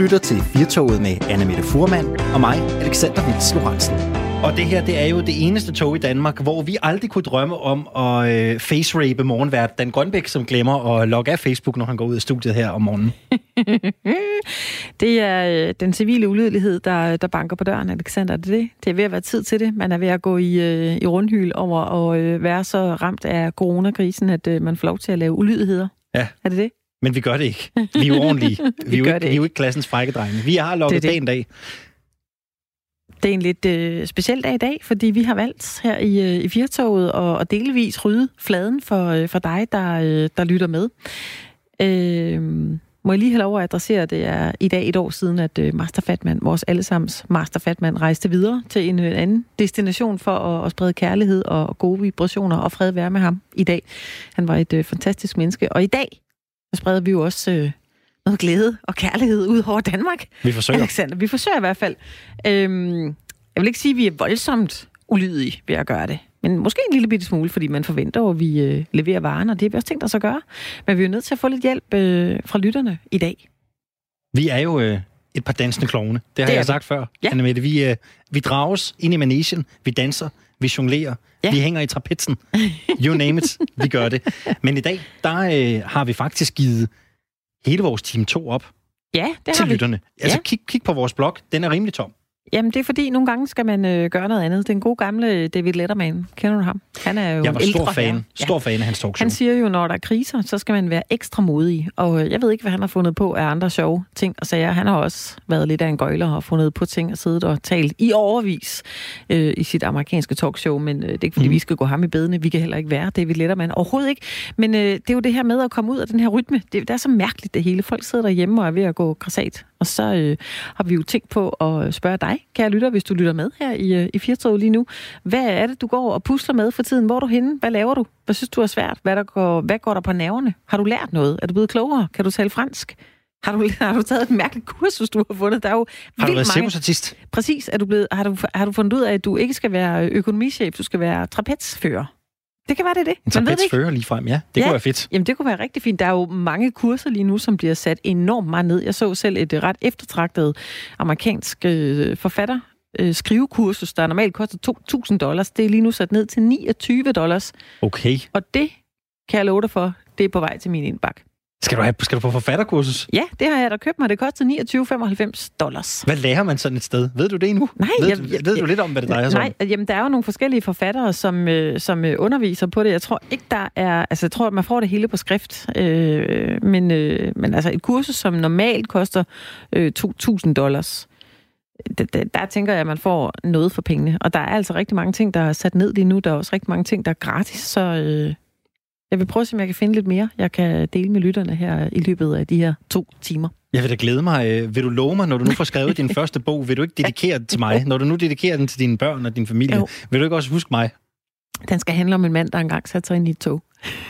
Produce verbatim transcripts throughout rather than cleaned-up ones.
lytter til Firtoget med Anne-Mette Fuhrmann og mig, Alexander Vils Lorentzen. Og det her, det er jo det eneste tog i Danmark, hvor vi aldrig kunne drømme om at øh, face-rape morgenvært Dan Grønbæk, som glemmer at logge af Facebook, når han går ud af studiet her om morgenen. Det er øh, den civile ulydighed, der, der banker på døren, Alexander. Det er det. Det er ved at være tid til det. Man er ved at gå i, øh, i rundhyl over at øh, være så ramt af coronakrisen, at øh, man får lov til at lave ulydigheder. Ja. Er det det? Men vi gør det ikke. Vi er jo ordentlige. vi, vi, er jo ikke, vi er jo ikke klassens frække drenge. Vi har logget dagen dag. Det er en lidt øh, speciel dag i dag, fordi vi har valgt her i, øh, i Firtoget og, og delvis rydde fladen for, øh, for dig, der, øh, der lytter med. Øh, må jeg lige have lov at adressere, det er i dag et år siden, at øh, Master Fatman, vores allesammens Master Fatman, rejste videre til en øh, anden destination for at, at sprede kærlighed og gode vibrationer og fred være med ham i dag. Han var et øh, fantastisk menneske, og i dag spreder vi jo også øh, noget glæde og kærlighed ud over Danmark. Vi forsøger. Alexander, vi forsøger i hvert fald. Øhm, jeg vil ikke sige, at vi er voldsomt ulydige ved at gøre det. Men måske en lille bitte smule, fordi man forventer, at vi øh, leverer varen, og det har vi også tænkt os at gøre. Men vi er jo nødt til at få lidt hjælp øh, fra lytterne i dag. Vi er jo øh, et par dansende klovne. Det har det jeg sagt før, ja. Anne-Mette. Vi, øh, vi drages ind i managen, vi danser, vi jonglerer, ja. Vi hænger i trapetsen. You name it, vi gør det. Men i dag, der øh, har vi faktisk givet hele vores team to op ja, det til har vi. lytterne. Altså, ja. kig, kig på vores blog. Den er rimelig tom. Jamen, det er fordi, nogle gange skal man øh, gøre noget andet. Den gode gamle David Letterman, kender du ham? Han er jo jeg var ældre stor fan. Ja. Stor fan af hans talkshow. Han siger jo, når der er kriser, så skal man være ekstra modig. Og øh, jeg ved ikke, hvad han har fundet på af andre sjove ting og sager. Han har også været lidt af en gøjler og fundet på ting og siddet og talt i overvis øh, i sit amerikanske talkshow. Men øh, det er ikke, fordi mm. vi skal gå ham i bedene. Vi kan heller ikke være David Letterman. Overhovedet ikke. Men øh, det er jo det her med at komme ud af den her rytme. Det, det er så mærkeligt, det hele. Folk sidder derhjemme og er ved at gå grassat. Og så øh, har vi jo tænkt på at spørge dig, kære lytter, hvis du lytter med her i, i Firtoget lige nu. Hvad er det, du går og pusler med for tiden? Hvor er du henne? Hvad laver du? Hvad synes du er svært? Hvad, der går, hvad går der på nerverne? Har du lært noget? Er du blevet klogere? Kan du tale fransk? Har du, har du taget et mærkeligt kursus, du har fundet? Der er jo har du været mange... sebustatist? Præcis. Er du blevet, har, du, har du fundet ud af, at du ikke skal være økonomichef, du skal være trapezfører? Det kan være, det er det. En trapezfører lige frem, ja. Det ja. kunne være fedt. Jamen, det kunne være rigtig fint. Der er jo mange kurser lige nu, som bliver sat enormt meget ned. Jeg så selv et ret eftertragtet amerikansk øh, forfatter øh, skrivekursus, der normalt koster to tusind dollars. Det er lige nu sat ned til niogtyve dollars. Okay. Og det kan jeg love dig for, det er på vej til min indbakke. Skal du, have, skal du på forfatterkursus? Ja, det har jeg da købt mig. Det kostede niogtyve komma femoghalvfems dollars. Hvad lærer man sådan et sted? Ved du det endnu? Nej. Ved, jeg, jeg, ved du lidt om, hvad det drejer sig nej, om? Jamen, der er jo nogle forskellige forfattere, som, øh, som øh, underviser på det. Jeg tror ikke, der er... Altså, jeg tror, at man får det hele på skrift. Øh, men, øh, men altså, et kursus, som normalt koster øh, to tusind dollars, der, der, der tænker jeg, at man får noget for pengene. Og der er altså rigtig mange ting, der er sat ned lige nu. Der er også rigtig mange ting, der er gratis, så... Øh, Jeg vil prøve at se, om jeg kan finde lidt mere, jeg kan dele med lytterne her i løbet af de her to timer. Jeg vil da glæde mig. Vil du love mig, når du nu får skrevet din første bog, vil du ikke dedikere den til mig? Når du nu dedikerer den til dine børn og din familie, jo. Vil du ikke også huske mig? Den skal handle om en mand, der engang satte sig ind i et tog.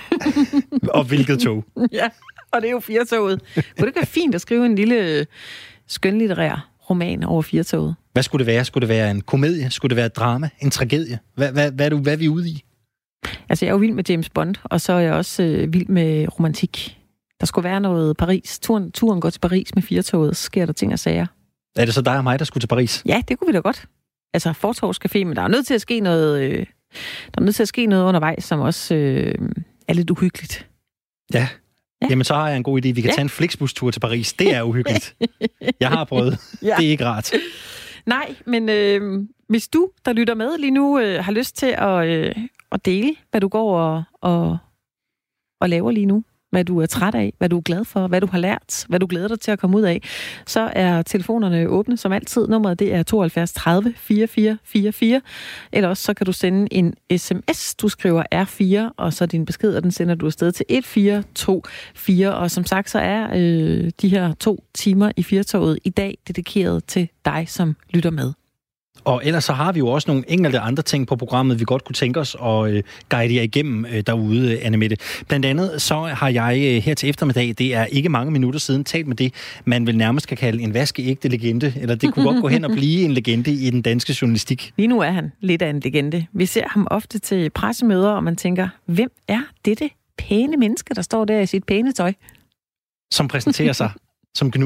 Og hvilket tog? Ja, og det er jo Firtoget. Kunne det ikke være fint at skrive en lille skønlitterær roman over Firtoget? Hvad skulle det være? Skulle det være en komedie? Skulle det være et drama? En tragedie? Hvad, hvad, hvad, er, du, hvad er vi ude i? Altså, jeg er jo vild med James Bond, og så er jeg også øh, vild med romantik. Der skulle være noget Paris. Turen, turen går til Paris med Firtoget, så sker der ting og sager. Er det så dig og mig, der skulle til Paris? Ja, det kunne vi da godt. Altså, fortovscafé, men der er nødt til at ske noget, øh, der er nødt til at ske noget undervejs, som også øh, er lidt uhyggeligt. Ja. ja. Jamen, så har jeg en god idé. Vi kan ja. tage en Flixbus-tur til Paris. Det er uhyggeligt. Jeg har prøvet. Ja. Det er ikke rart. Nej, men øh, hvis du, der lytter med lige nu, øh, har lyst til at... Øh, og dele, hvad du går og, og, og laver lige nu. Hvad du er træt af, hvad du er glad for, hvad du har lært, hvad du glæder dig til at komme ud af. Så er telefonerne åbne som altid. Nummeret det er tooghalvfjerds tredive fireogfyrre fireogfyrre. Eller også så kan du sende en sms. Du skriver R fire, og så din besked, og den sender du afsted til et fire to fire. Og som sagt, så er øh, de her to timer i Firtoget i dag dedikeret til dig, som lytter med. Og ellers så har vi jo også nogle enkelte andre ting på programmet, vi godt kunne tænke os at øh, guide jer igennem øh, derude, Anne-Mette. Blandt andet så har jeg øh, her til eftermiddag, det er ikke mange minutter siden, talt med det, man vil nærmest kan kalde en vaskeægte legende, eller det kunne godt gå hen og blive en legende i den danske journalistik. Lige nu er han lidt af en legende. Vi ser ham ofte til pressemøder, og man tænker, hvem er dette pæne menneske, der står der i sit pæne tøj? Som præsenterer sig som Knud.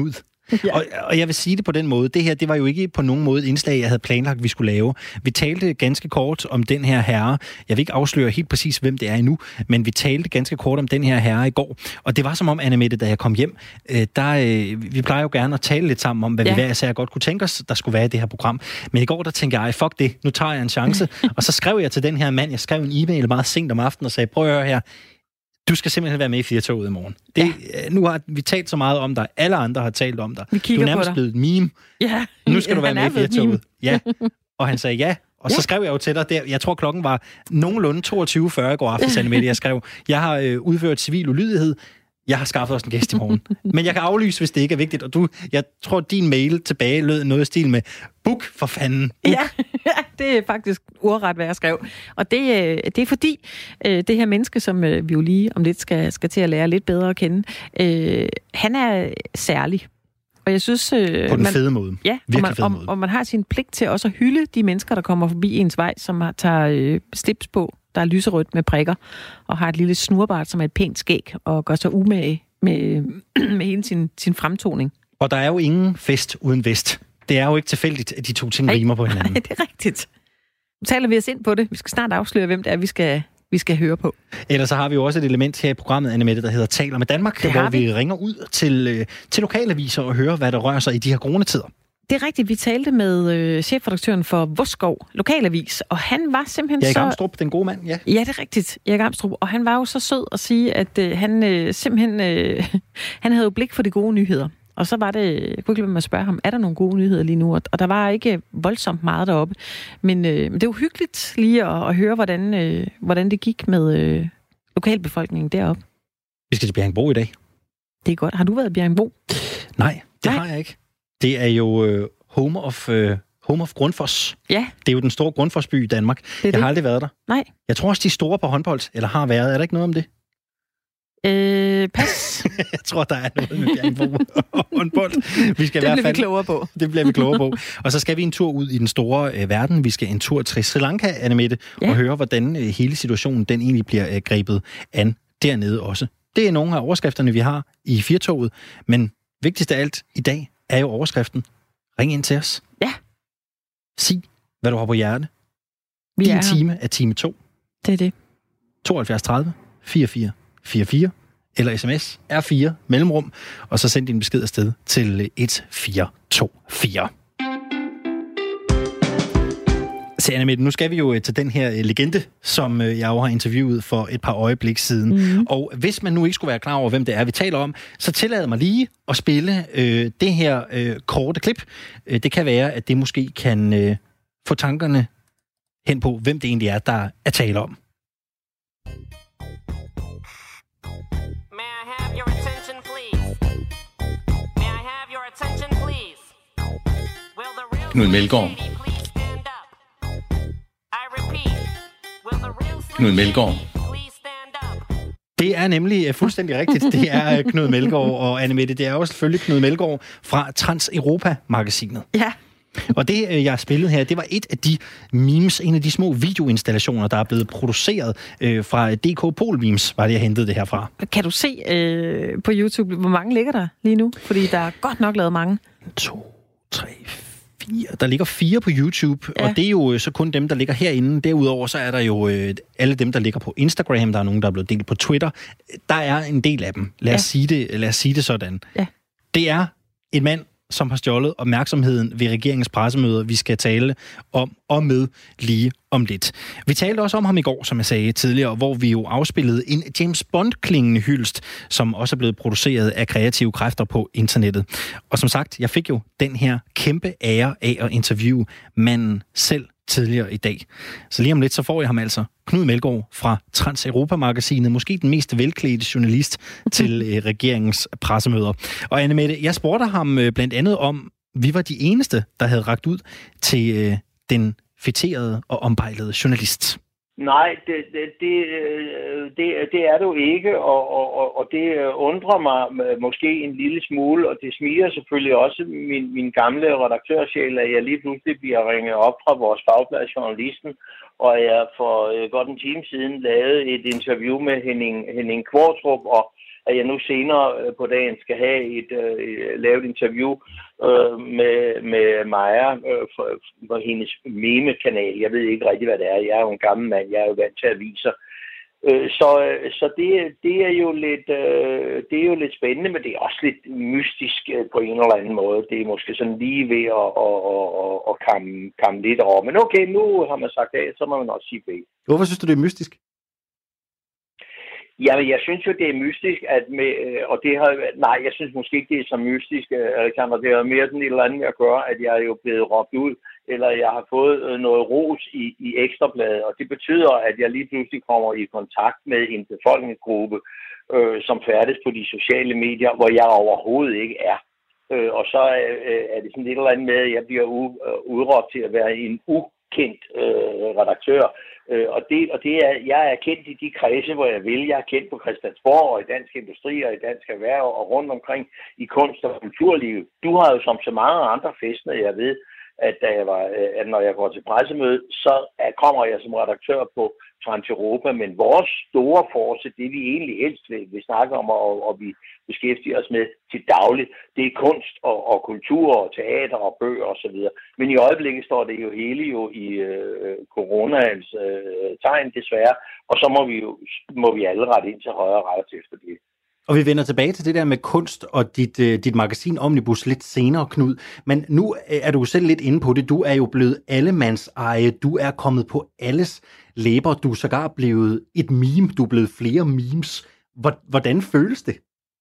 Ja. Og, og jeg vil sige det på den måde. Det her, det var jo ikke på nogen måde et indslag, jeg havde planlagt, vi skulle lave. Vi talte ganske kort om den her herre. Jeg vil ikke afsløre helt præcis, hvem det er endnu, men vi talte ganske kort om den her herre i går. Og det var som om, Annemette, da jeg kom hjem, øh, der, øh, vi plejer jo gerne at tale lidt sammen om, hvad ja. vi hver især godt kunne tænke os, der skulle være i det her program. Men i går, der tænkte jeg, fuck det, nu tager jeg en chance. Og så skrev jeg til den her mand, jeg skrev en e-mail meget sent om aftenen og sagde, prøv at høre her, du skal simpelthen være med i Firtoget i morgen. Det, ja. Nu har vi talt så meget om dig. Alle andre har talt om dig. Du er nærmest blevet et meme. Ja. Nu skal du være med i Firtoget. Ja. Og han sagde ja. Og så ja. skrev jeg jo til dig der. Jeg tror, klokken var nogenlunde toogtyve fyrre i går aftes, Annemette. Jeg skrev, jeg har øh, udført civil ulydighed. Jeg har skaffet os en gæst i morgen. Men jeg kan aflyse, hvis det ikke er vigtigt. Og du, jeg tror, din mail tilbage lød noget i stil med, book for fanden. Book. Ja, det er faktisk ordret, hvad jeg skrev. Og det, det er fordi, det her menneske, som vi jo lige om lidt skal, skal til at lære lidt bedre at kende, han er særlig. Og jeg synes... På den man, fede måde. Ja, og man, og, og man har sin pligt til også at hylde de mennesker, der kommer forbi ens vej, som har, tager øh, slips på, der er lyserødt med prikker, og har et lille snurbart, som er et pænt skæg, og gør sig umage med, med hele sin, sin fremtoning. Og der er jo ingen fest uden vest. Det er jo ikke tilfældigt, at de to ting rimer på hinanden. Nej, det er rigtigt. Nu taler vi os ind på det. Vi skal snart afsløre, hvem det er, vi skal... vi skal høre på. Ellers så har vi jo også et element her i programmet, Annemette, der hedder Taler med Danmark, hvor vi. vi ringer ud til, til lokalaviser og hører, hvad der rører sig i de her coronatider. Det er rigtigt. Vi talte med øh, chefredaktøren for Vodskov Lokalavis, og han var simpelthen så... Erik Amstrup, den gode mand, ja. Ja, det er rigtigt. Erik Amstrup. Og han var jo så sød at sige, at øh, han øh, simpelthen... Øh, han havde jo blik for de gode nyheder. Og så var det... Jeg kunne ikke lade mig at spørge ham, er der nogle gode nyheder lige nu? Og der var ikke voldsomt meget deroppe. Men øh, det er jo hyggeligt lige at, at høre, hvordan, øh, hvordan det gik med øh, lokalbefolkningen deroppe. Vi skal til Bjerringbro i dag. Det er godt. Har du været i Bjerringbro? Nej, det Nej. har jeg ikke. Det er jo øh, home of... Øh Home of Grundfos. Ja. Det er jo den store Grundfosby i Danmark. Jeg det. har aldrig været der. Nej. Jeg tror også, de er store på håndbold, eller har været. Er der ikke noget om det? Øh, pas. Jeg tror, der er noget med Bjerringbro og håndbold. Vi skal det i hvert bliver fald, vi klogere på. Det bliver vi klogere på. Og så skal vi en tur ud i den store øh, verden. Vi skal en tur til Sri Lanka, Annemette, ja. og høre, hvordan øh, hele situationen den egentlig bliver øh, grebet an dernede også. Det er nogle af overskrifterne, vi har i Firtoget. Men vigtigst af alt i dag er jo overskriften. Ring ind til os. Ja. Sig, hvad du har på hjerte. Vi Din er time er time to. Det er det. tooghalvfjerds tredive fireogfyrre fireogfyrre eller sms R fire mellemrum, og så send din besked afsted til et fire to fire. Så Annemette, nu skal vi jo til den her legende, som jeg jo har interviewet for et par øjeblik siden. Mm. Og hvis man nu ikke skulle være klar over, hvem det er, vi taler om, så tillad mig lige at spille øh, det her øh, korte klip. Det kan være, at det måske kan øh, få tankerne hen på, hvem det egentlig er, der er tale om. May I have your attention, please? May I have your attention, please? Will the real Knud Melgaard. Knud Melgaard. Det er nemlig fuldstændig rigtigt. Det er Knud Melgaard og Annemette. Det er jo selvfølgelig Knud Melgaard fra Trans-Europa-magasinet. Ja. Og det, jeg har spillet her, det var et af de memes, en af de små videoinstallationer, der er blevet produceret øh, fra D K Pol Memes, var det, jeg hentede det herfra. Kan du se øh, på YouTube, hvor mange ligger der lige nu? Fordi der er godt nok lavet mange. To, tre, fire. Der ligger fire på YouTube, ja. Og det er jo så kun dem, der ligger herinde. Derudover så er der jo øh, alle dem, der ligger på Instagram. Der er nogen, der er blevet delt på Twitter. Der er en del af dem. Lad os, ja. sige, det, lad os sige det sådan. Ja. Det er en mand, som har stjålet opmærksomheden ved regeringens pressemøder, vi skal tale om og med lige om lidt. Vi talte også om ham i går, som jeg sagde tidligere, hvor vi jo afspillede en James Bond-klingende hyldest, som også er blevet produceret af kreative kræfter på internettet. Og som sagt, jeg fik jo den her kæmpe ære af at interviewe manden selv tidligere i dag. Så lige om lidt, så får jeg ham altså, Knud Melgaard fra Trans-Europa-magasinet, måske den mest velklædte journalist til øh, regeringens pressemøder. Og Annemette, jeg spurgte ham øh, blandt andet om, vi var de eneste, der havde rakt ud til øh, den fætterede og ombejlede journalist. Nej, det, det, det, det, det er du ikke, og, og, og det undrer mig måske en lille smule, og det smiger selvfølgelig også min, min gamle redaktørsjæl, at jeg lige pludselig bliver ringet op fra vores fagblad Journalisten, og jeg for godt en time siden lavede et interview med Henning, Henning Kvartrup, og at jeg nu senere på dagen skal have et, øh, lave et interview øh, med, med Maja øh, for, for hendes meme-kanal. Jeg ved ikke rigtig, hvad det er. Jeg er jo en gammel mand. Jeg er jo vant til aviser. Så, så det, det, er jo lidt, det er jo lidt spændende, men det er også lidt mystisk på en eller anden måde. Det er måske sådan lige ved at, at, at, at kamme, kamme lidt over. Men okay, nu har man sagt A, så må man også sige B. Hvorfor synes du, det er mystisk? Jamen, jeg synes jo, det er mystisk, at med, og det har, nej, jeg synes måske ikke, det er så mystisk, Alexander. Det er mere sådan et eller andet, jeg gør, at jeg er jo blevet råbt ud, eller jeg har fået noget ros i, i Ekstrabladet, og det betyder, at jeg lige pludselig kommer i kontakt med en befolkningsgruppe, øh, som færdes på de sociale medier, hvor jeg overhovedet ikke er. Øh, og så øh, er det sådan et eller andet med, at jeg bliver u- udråbt til at være en ukendt øh, redaktør. Øh, og det, og det er, jeg er kendt i de kredse, hvor jeg vil. Jeg er kendt på Christiansborg og i Dansk Industri og i Dansk Erhverv og rundt omkring i kunst- og kulturlivet. Du har jo som så mange andre festner, jeg ved, at, da jeg var, at når jeg går til pressemøde, så kommer jeg som redaktør på Transeuropa, men vores store force, det vi egentlig helst vil, vil snakke om, og, og vi beskæftiger os med til dagligt, det er kunst og, og kultur og teater og bøger osv. Men i øjeblikket står det jo hele jo i øh, coronaens øh, tegn desværre, og så må vi jo må vi alle rette ind til højre og rette efter det. Og vi vender tilbage til det der med kunst og dit, uh, dit magasin Omnibus lidt senere, Knud. Men nu er du selv lidt inde på det. Du er jo blevet allemandseje. Du er kommet på alles læber. Du er sågar blevet et meme. Du er blevet flere memes. Hvordan føles det?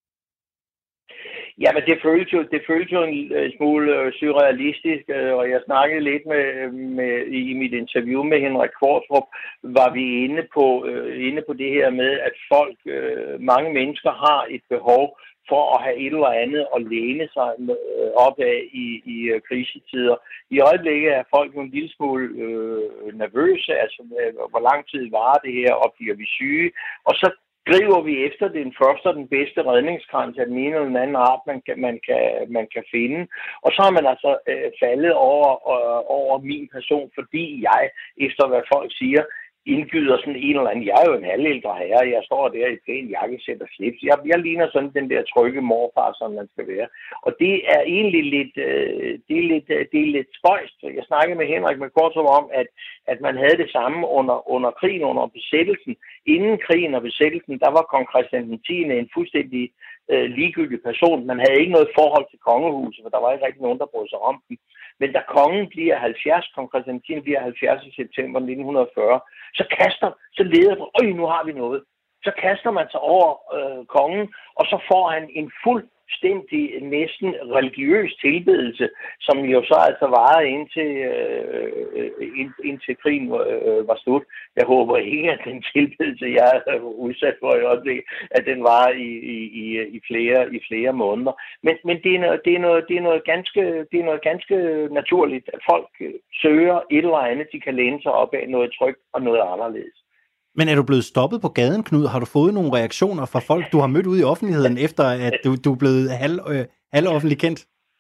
Ja, men det føles jo, det føles jo en smule surrealistisk, og jeg snakkede lidt med, med i mit interview med Henrik Kvartrup, var vi inde på, uh, inde på det her med, at folk, uh, mange mennesker har et behov for at have et eller andet at læne sig uh, op af i, i uh, krisetider. I øjeblikket er folk jo en lille smule uh, nervøse, altså uh, hvor lang tid varer det her, og bliver vi syge, og så griber vi efter den første og den bedste redningskrans af den ene eller den anden art, man kan, man kan, man kan finde. Og så har man altså øh, faldet over, øh, over min person, fordi jeg, efter hvad folk siger, indgyder sådan en eller anden. Jeg er jo en halvældre herre, jeg står der i pæn jakkesæt og slips. Jeg, jeg ligner sådan den der trygge morfar, som man skal være. Og det er egentlig lidt, øh, det er lidt, det er lidt spøjst. Jeg snakkede med Henrik McCortrup om, at, at man havde det samme under, under krigen, under besættelsen. Inden krigen og besættelsen, der var kong Christian den tiende en fuldstændig øh, ligegyldig person. Man havde ikke noget forhold til kongehuset, for der var ikke rigtig nogen, der brød sig om dem. Men da kongen bliver halvfjerds, kong Christian den tiende bliver halvfjerds i september nitten fyrre, så kaster, så leder på, øj, nu har vi noget. Så kaster man sig over øh, kongen, og så får han en fuldstændig, næsten religiøs tilbedelse, som jo så altså varede indtil, øh, ind, indtil krigen øh, var slut. Jeg håber ikke, at den tilbedelse, jeg er udsat for i øjeblikket, at den var i, i, i, i, flere, i flere måneder. Men, men det, er noget, det, er noget, det, er noget ganske, det er noget ganske naturligt, at folk søger et eller andet, de kan læne sig op af, noget trygt og noget anderledes. Men er du blevet stoppet på gaden, Knud? Har du fået nogle reaktioner fra folk, du har mødt ude i offentligheden, efter at du, du er blevet halv, øh, halvoffentligt kendt?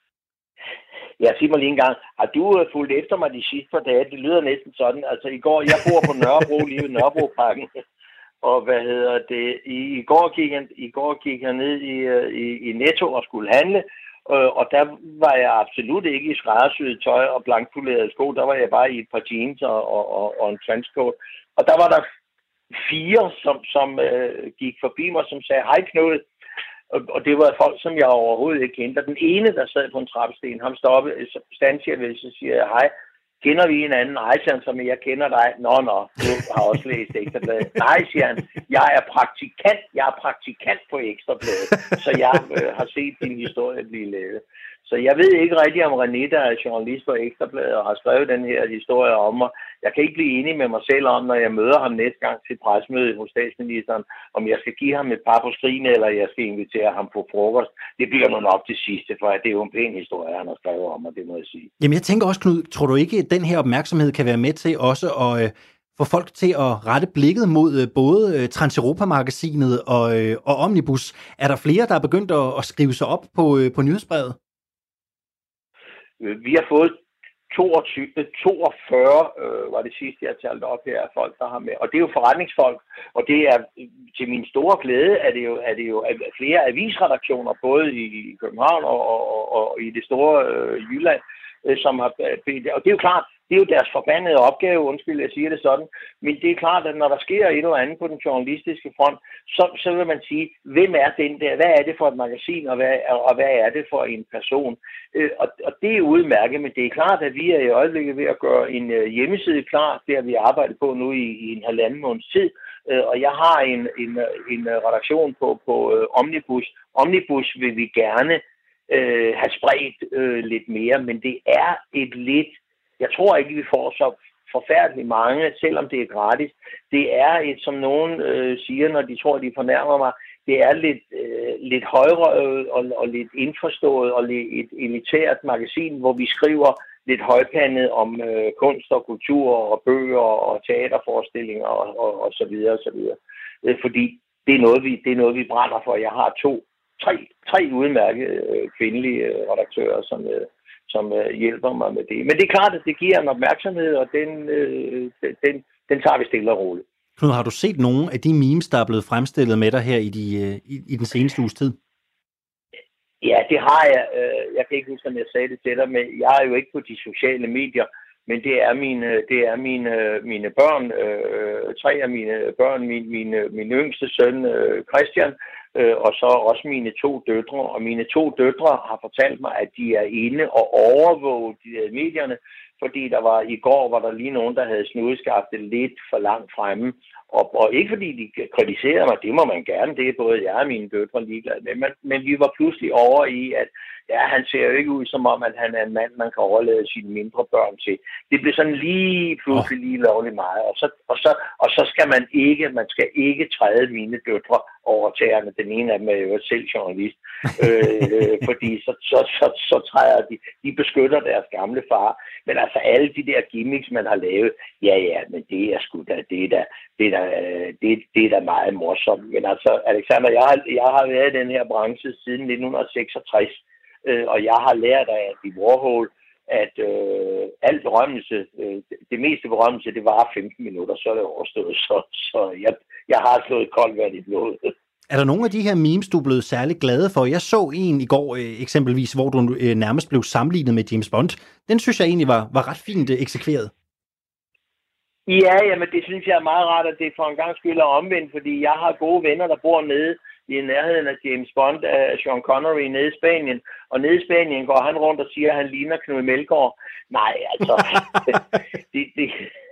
Ja, sig mig lige en gang. Har du uh, fulgt efter mig de sidste par dage? Det lyder næsten sådan. Altså i går, jeg bor på Nørrebro, lige ved Nørrebroparken. Og hvad hedder det? I, i, går, gik jeg, I går gik jeg ned i, i, i Netto og skulle handle. Uh, og der var jeg absolut ikke i skræddersyet tøj og blankpolerede sko. Der var jeg bare i et par jeans og, og, og, og en trenchcoat. Og der var der fire, som, som øh, gik forbi mig, som sagde, hej Knud. Og, og det var folk, som jeg overhovedet ikke kendte. Og den ene, der sad på en trappesten, ham stoppede, standsiger vel, så siger jeg, hej, kender vi en anden? Hej, siger han, som jeg kender dig. Nå, nå, du har også læst Ekstrabladet. Nej, siger han, jeg er praktikant, jeg er praktikant på Ekstrabladet, så jeg øh, har set din historie blive lavet. Så jeg ved ikke rigtig, om René, der er journalist på Ekstrabladet og har skrevet den her historie om mig. Jeg kan ikke blive enig med mig selv om, når jeg møder ham næste gang til pressemødet hos statsministeren, om jeg skal give ham et par på skrigene, eller jeg skal invitere ham på frokost. Det bliver nu nok det sidste, for det er jo en pæn historie, han har skrevet om mig, det må jeg sige. Jamen jeg tænker også, Knud, tror du ikke, at den her opmærksomhed kan være med til også at øh, få folk til at rette blikket mod øh, både øh, Transeuropa-magasinet og, øh, og Omnibus? Er der flere, der er begyndt at, at skrive sig op på, øh, på nyhedsbrevet? Vi har fået toogtyve, toogfyrre øh, var det sidste, jeg talte op her, af folk, der har med. Og det er jo forretningsfolk, og det er til min store glæde, at det jo, er det jo flere avisredaktioner, både i København og, og, og i det store øh, Jylland, øh, som har bedt. Og det er jo klart, det er jo deres forbandede opgave, undskyld, jeg siger det sådan. Men det er klart, at når der sker et eller andet på den journalistiske front, så, så vil man sige, hvem er den der? Hvad er det for et magasin, og hvad, og hvad er det for en person? Øh, og, og det er udmærket, men det er klart, at vi er i øjeblikket ved at gøre en øh, hjemmeside klar. Det har vi arbejdet på nu i, i en halvanden måneds tid. Øh, og jeg har en, en, en redaktion på, på øh, Omnibus. Omnibus vil vi gerne øh, have spredt øh, lidt mere, men det er et lidt... Jeg tror ikke, vi får så forfærdeligt mange, selvom det er gratis. Det er et, som nogen øh, siger, når de tror, de fornærmer mig, det er lidt, øh, lidt højrøvet og, og lidt indforstået og lidt et elitært magasin, hvor vi skriver lidt højpandet om øh, kunst og kultur og bøger og teaterforestillinger og, og, og så videre og så videre. Øh, fordi det er noget, vi, det er noget, vi brænder for. Jeg har to, tre, tre udmærkede øh, kvindelige øh, redaktører, som... Øh, som øh, hjælper mig med det. Men det er klart, at det giver en opmærksomhed, og den, øh, den, den tager vi stille og roligt. Knud, har du set nogle af de memes, der er blevet fremstillet med dig her i, de, øh, i, i den seneste uges tid? Ja, det har jeg. Jeg kan ikke huske, om jeg sagde det til dig, men jeg er jo ikke på de sociale medier, men det er mine, det er mine, mine børn, øh, tre af mine børn, min, min, min yngste søn øh, Christian, øh, og så også mine to døtre. Og mine to døtre har fortalt mig, at de er inde og overvåger de medierne, fordi der var i går, var der lige nogen, der havde snudskaftet lidt for langt fremme. Og, og ikke fordi de kritiserede mig, det må man gerne, det er både jeg og mine døtre ligeglade med, men, men vi var pludselig over i, at ja, han ser jo ikke ud som om, at han er en mand, man kan overlade sine mindre børn til. Det blev sådan lige pludselig lige lovligt meget, og så, og så, og så skal man ikke, man skal ikke træde mine døtre over tæerne. Den ene af dem er jo selv journalist, øh, fordi så, så, så, så træder de, de beskytter deres gamle far. Men altså alle de der gimmicks, man har lavet, ja ja, men det er sgu da, det er da, det er da, det, det er da meget morsomt. Men altså, Alexander, jeg har, jeg har været i den her branche siden nitten seksogtres, øh, og jeg har lært af Andy Warhol, at øh, al berømmelse, øh, det meste berømmelse, det var femten minutter, så er det overstået. Så, så jeg, jeg har slået koldt vand i blodet. Er der nogle af de her memes, du er blevet særlig glade for? Jeg så en i går øh, eksempelvis, hvor du øh, nærmest blev sammenlignet med James Bond. Den synes jeg egentlig var, var ret fint øh, eksekveret. Ja, jamen det synes jeg er meget rart, at det for en gang skyld er omvendt, fordi jeg har gode venner, der bor nede i nærheden af James Bond, af Sean Connery nede i Spanien. Og nede i Spanien går han rundt og siger, at han ligner Knud Melgaard. Nej, altså, det, det,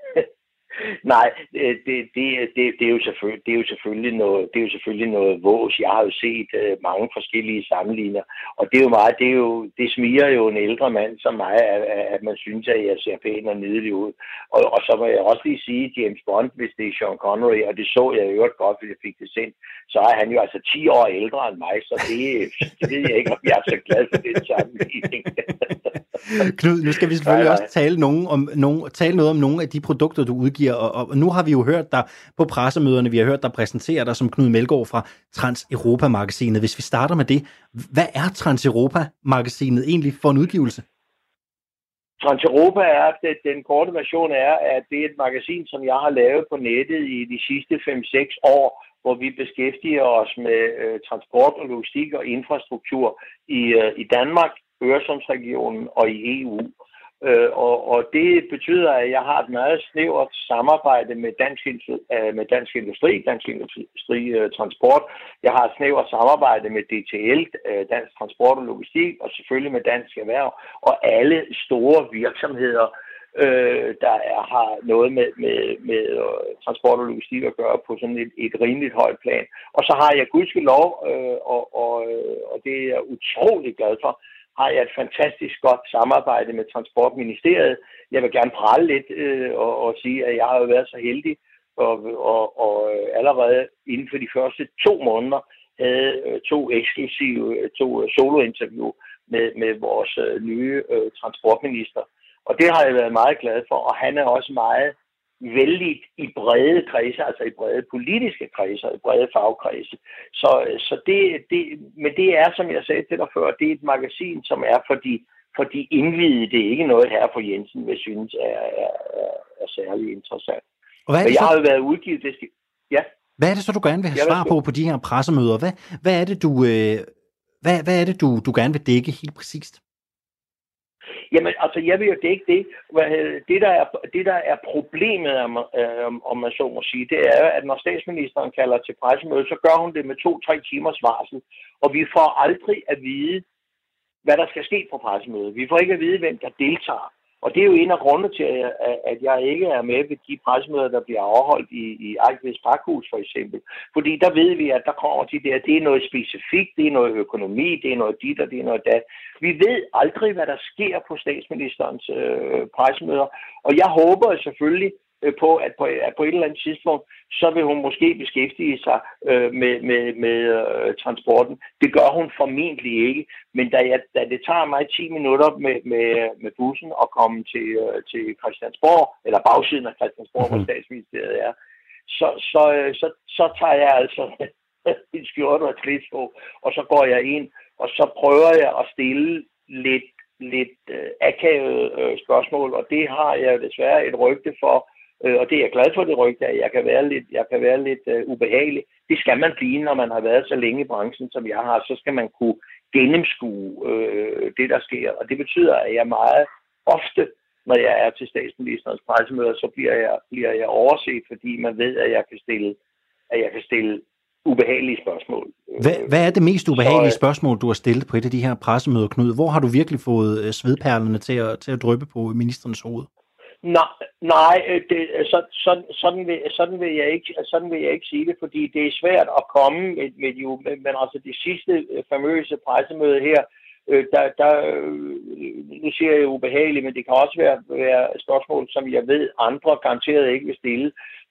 nej, det, det, det, det, er jo selvfølgelig, det er jo selvfølgelig noget, det er jo selvfølgelig noget vås. Jeg har jo set uh, mange forskellige sammenligner, og det er jo meget, det er jo, det smiger jo en ældre mand som mig, at, at man synes, at jeg ser pæn og nydelig ud. Og, og så må jeg også lige sige, James Bond, hvis det er Sean Connery, og det så jeg i øvrigt godt, hvis jeg fik det sendt, så er han jo altså ti år ældre end mig, så det, det ved jeg ikke, om jeg er så glad for den sammenligning. Knud, nu skal vi selvfølgelig nej, nej. også tale, nogen om, nogen, tale noget om nogle af de produkter, du udgiver, og, og nu har vi jo hørt dig på pressemøderne, vi har hørt dig præsentere dig som Knud Melgaard fra Trans-Europa-magasinet. Hvis vi starter med det, hvad er Trans-Europa-magasinet egentlig for en udgivelse? Trans-Europa er, at den korte version er, at det er et magasin, som jeg har lavet på nettet i de sidste fem seks år, hvor vi beskæftiger os med øh, transport og logistik og infrastruktur i, øh, i Danmark, Øresundsregionen og i E U. Øh, og, og det betyder, at jeg har et meget snævert samarbejde med Dansk, øh, med dansk Industri, Dansk Industri øh, Transport. Jeg har et snævert samarbejde med D T L, øh, Dansk Transport og Logistik, og selvfølgelig med Dansk Erhverv, og alle store virksomheder, øh, der er, har noget med, med, med uh, transport og logistik at gøre på sådan et, et rimeligt højt plan. Og så har jeg gudskelov, øh, og, og, og det er jeg utrolig glad for, har jeg et fantastisk godt samarbejde med Transportministeriet. Jeg vil gerne prale lidt øh, og, og sige, at jeg har jo været så heldig, og, og, og allerede inden for de første to måneder havde øh, to eksklusive, to solointerview med, med vores øh, nye øh, transportminister. Og det har jeg været meget glad for, og han er også meget vældig i brede kredse, altså i brede politiske kredse og i brede fagkredse. Så, så det, det, men det er, som jeg sagde til dig før, det er et magasin, som er for de, fordi indvidet, det er ikke noget her for Jensen, vil synes er, er, er, er særlig interessant. Og hvad er det jeg så... har jo været udgivet, det skal... Ja. Hvad er det så, du gerne vil have svar på på de her pressemøder? Hvad, hvad er det, du, øh, hvad, hvad er det du, du gerne vil dække helt præcist? Jamen, altså, jeg vil jo dække det. Det, der er, det, der er problemet, om, om man så må sige, det er, at når statsministeren kalder til pressemøde, så gør hun det med to-tre timers varsel. Og vi får aldrig at vide, hvad der skal ske på pressemødet. Vi får ikke at vide, hvem der deltager. Og det er jo en af grundene til, at jeg ikke er med ved de pressemøder, der bliver afholdt i, i Ejkvids Pakhus for eksempel. Fordi der ved vi, at der kommer de der, det er noget specifikt, det er noget økonomi, det er noget dit og det er noget dat. Vi ved aldrig, hvad der sker på statsministerens øh, pressemøder. Og jeg håber selvfølgelig på, at på, at på et eller andet tidspunkt, så vil hun måske beskæftige sig øh, med, med, med øh, transporten. Det gør hun formentlig ikke, men da, jeg, da det tager mig ti minutter med, med, med bussen at komme til, øh, til Christiansborg, eller bagsiden af Christiansborg, hvor statsministeriet er, så, så, så, så tager jeg altså en skjorte og et slids på, og så går jeg ind, og så prøver jeg at stille lidt, lidt øh, akavet øh, spørgsmål, og det har jeg desværre et rygte for. Og det er jeg glad for, det rygte, at jeg kan være lidt, jeg kan være lidt uh, ubehagelig. Det skal man blive, når man har været så længe i branchen, som jeg har. Så skal man kunne gennemskue uh, det, der sker. Og det betyder, at jeg meget ofte, når jeg er til statsministerens pressemøder, så bliver jeg, bliver jeg overset, fordi man ved, at jeg kan stille, at jeg kan stille ubehagelige spørgsmål. Hvad, hvad er det mest ubehagelige så, spørgsmål, du har stillet på et af de her pressemøder, Knud? Hvor har du virkelig fået svedperlerne til at, til at dryppe på ministerens hoved? Nej, nej det, så, så, sådan, vil, sådan, vil jeg ikke, sådan vil jeg ikke sige det, fordi det er svært at komme med, med jo, men altså det sidste famøse pressemøde her, der, der, nu siger jeg ubehageligt, men det kan også være, være spørgsmål, som jeg ved, andre garanteret ikke vil stille.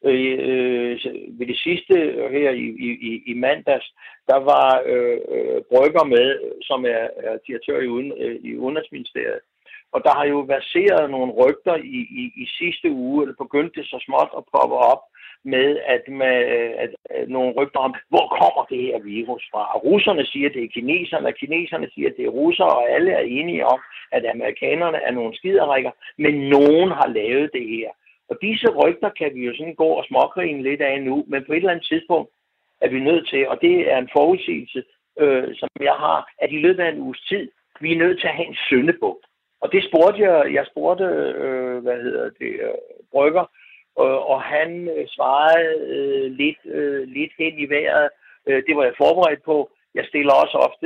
Øh, ved det sidste her i, i, i mandags, der var øh, Brygger med, som er, er direktør i, uden, i Udenrigsministeriet. Og der har jo verseret nogle rygter i, i, i sidste uge, eller begyndte det så småt at poppe op med, at, med at, at nogle rygter om, hvor kommer det her virus fra? Og russerne siger, at det er kineserne, og kineserne siger, at det er russere, og alle er enige om, at amerikanerne er nogle skiderikker, men nogen har lavet det her. Og disse rygter kan vi jo sådan gå og smågrine lidt af nu, men på et eller andet tidspunkt er vi nødt til, og det er en forudsigelse, øh, som jeg har, at i løbet af en uges tid, vi er nødt til at have en syndebuk. Og det spurgte jeg, jeg spurgte, øh, hvad hedder det, øh, Brygger, øh, og han øh, svarede øh, lidt, øh, lidt hen i vejret. Øh, det var jeg forberedt på. Jeg stiller også ofte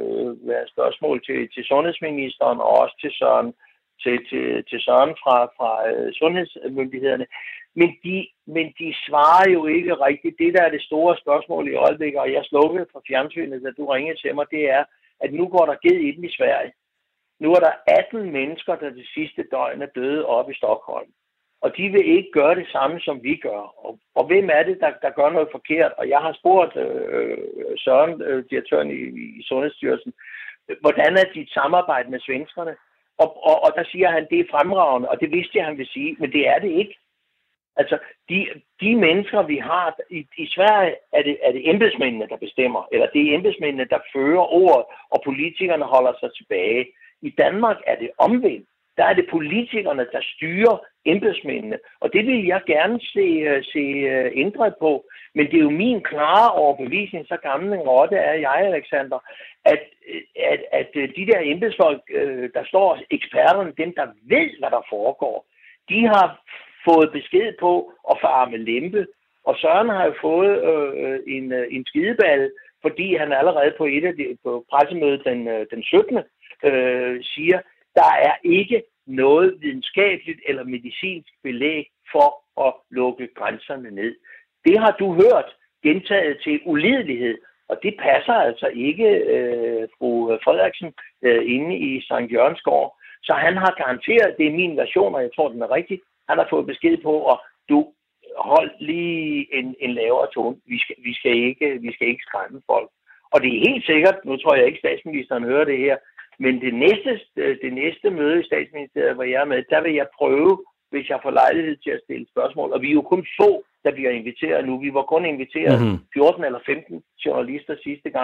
øh, spørgsmål til, til sundhedsministeren og også til Søren, til, til, til Søren fra, fra øh, sundhedsmyndighederne. Men de, men de svarer jo ikke rigtigt. Det, der er det store spørgsmål i øjeblikket, og jeg slukkede fra fjernsynet, da du ringede til mig, det er, at nu går der ged i den i Sverige. Nu er der atten mennesker, der det sidste døgn er døde oppe i Stockholm. Og de vil ikke gøre det samme, som vi gør. Og, og hvem er det, der, der gør noget forkert? Og jeg har spurgt øh, Søren, øh, direktøren i, i Sundhedsstyrelsen, hvordan er dit samarbejde med svenskerne? Og, og, og der siger han, det er fremragende, og det vidste jeg, han vil sige, men det er det ikke. Altså, de, de mennesker, vi har, i, i Sverige er det, er det embedsmændene, der bestemmer, eller det er embedsmændene, der fører ordet, og politikerne holder sig tilbage. I Danmark er det omvendt. Der er det politikerne, der styrer embedsmændene. Og det vil jeg gerne se, se ændret på. Men det er jo min klare overbevisning, så gammel en rotte er jeg, Alexander, at, at, at de der embedsfolk, der står eksperterne, dem der ved, hvad der foregår, de har fået besked på at fare med lempe. Og Søren har jo fået øh, en, en skideballe, fordi han allerede på et af de, på pressemødet den, den syttende Øh, siger, der er ikke noget videnskabeligt eller medicinsk belæg for at lukke grænserne ned. Det har du hørt gentaget til ulidelighed, og det passer altså ikke øh, fru Frederiksen øh, inde i Sankt Jørgens gård. Så han har garanteret, det er min version, og jeg tror, den er rigtig, han har fået besked på, at du hold lige en, en lavere tone. Vi skal, vi, skal ikke, vi skal ikke skræmme folk. Og det er helt sikkert, nu tror jeg ikke, statsministeren hører det her, men det næste, det næste møde i statsministeriet, hvor jeg er med, der vil jeg prøve, hvis jeg får lejlighed til at stille spørgsmål. Og vi er jo kun få, der bliver inviteret nu. Vi var kun inviteret fjorten eller femten journalister sidste gang.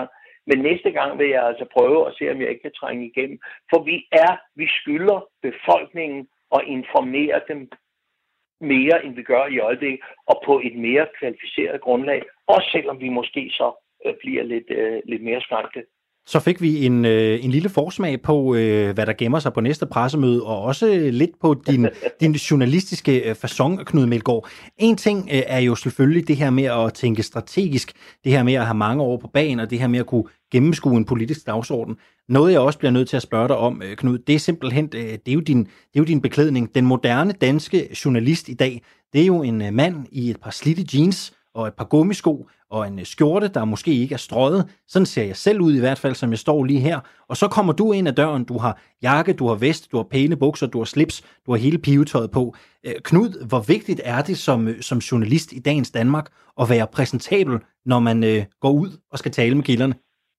Men næste gang vil jeg altså prøve at se, om jeg ikke kan trænge igennem. For vi er, vi skylder befolkningen at informere dem mere, end vi gør i øjeblikket, og på et mere kvalificeret grundlag, også selvom vi måske så øh, bliver lidt, øh, lidt mere skræmte. Så fik vi en, øh, en lille forsmag på, øh, hvad der gemmer sig på næste pressemøde, og også lidt på din, din journalistiske øh, facon, Knud Meldgaard. En ting øh, er jo selvfølgelig det her med at tænke strategisk, det her med at have mange år på bagen, og det her med at kunne gennemskue en politisk dagsorden. Noget, jeg også bliver nødt til at spørge dig om, øh, Knud, det er simpelthen, øh, det er jo din, det er jo din beklædning. Den moderne danske journalist i dag, det er jo en øh, mand i et par slidte jeans, og et par gummisko, og en skjorte, der måske ikke er strøget. Sådan ser jeg selv ud i hvert fald, som jeg står lige her. Og så kommer du ind ad døren, du har jakke, du har vest, du har pæne bukser, du har slips, du har hele pivetøjet på. Knud, hvor vigtigt er det som, som journalist i dagens Danmark at være præsentabel, når man øh, går ud og skal tale med kilderne?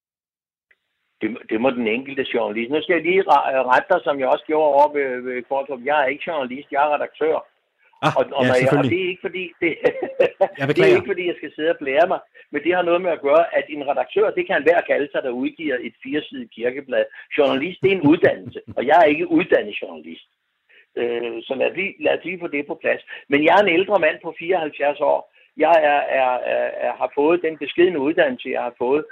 Det, det må den enkelte journalist. Nu skal jeg lige rette dig, som jeg også gjorde over ved, ved Kvartrup. Jeg er ikke journalist, jeg er redaktør. Ah, og, og, ja, jeg, og det er ikke fordi det, det er ikke fordi jeg skal sidde og blære mig, men det har noget med at gøre, at en redaktør, det kan hver kalde sig, der udgiver et firesidigt kirkeblad. Journalist, det er en uddannelse, og jeg er ikke uddannet journalist. Øh, så lad os, lige, lad os lige få det på plads. Men jeg er en ældre mand på fireoghalvfjerds år. Jeg er, er, er, er, har fået den beskedne uddannelse, jeg har fået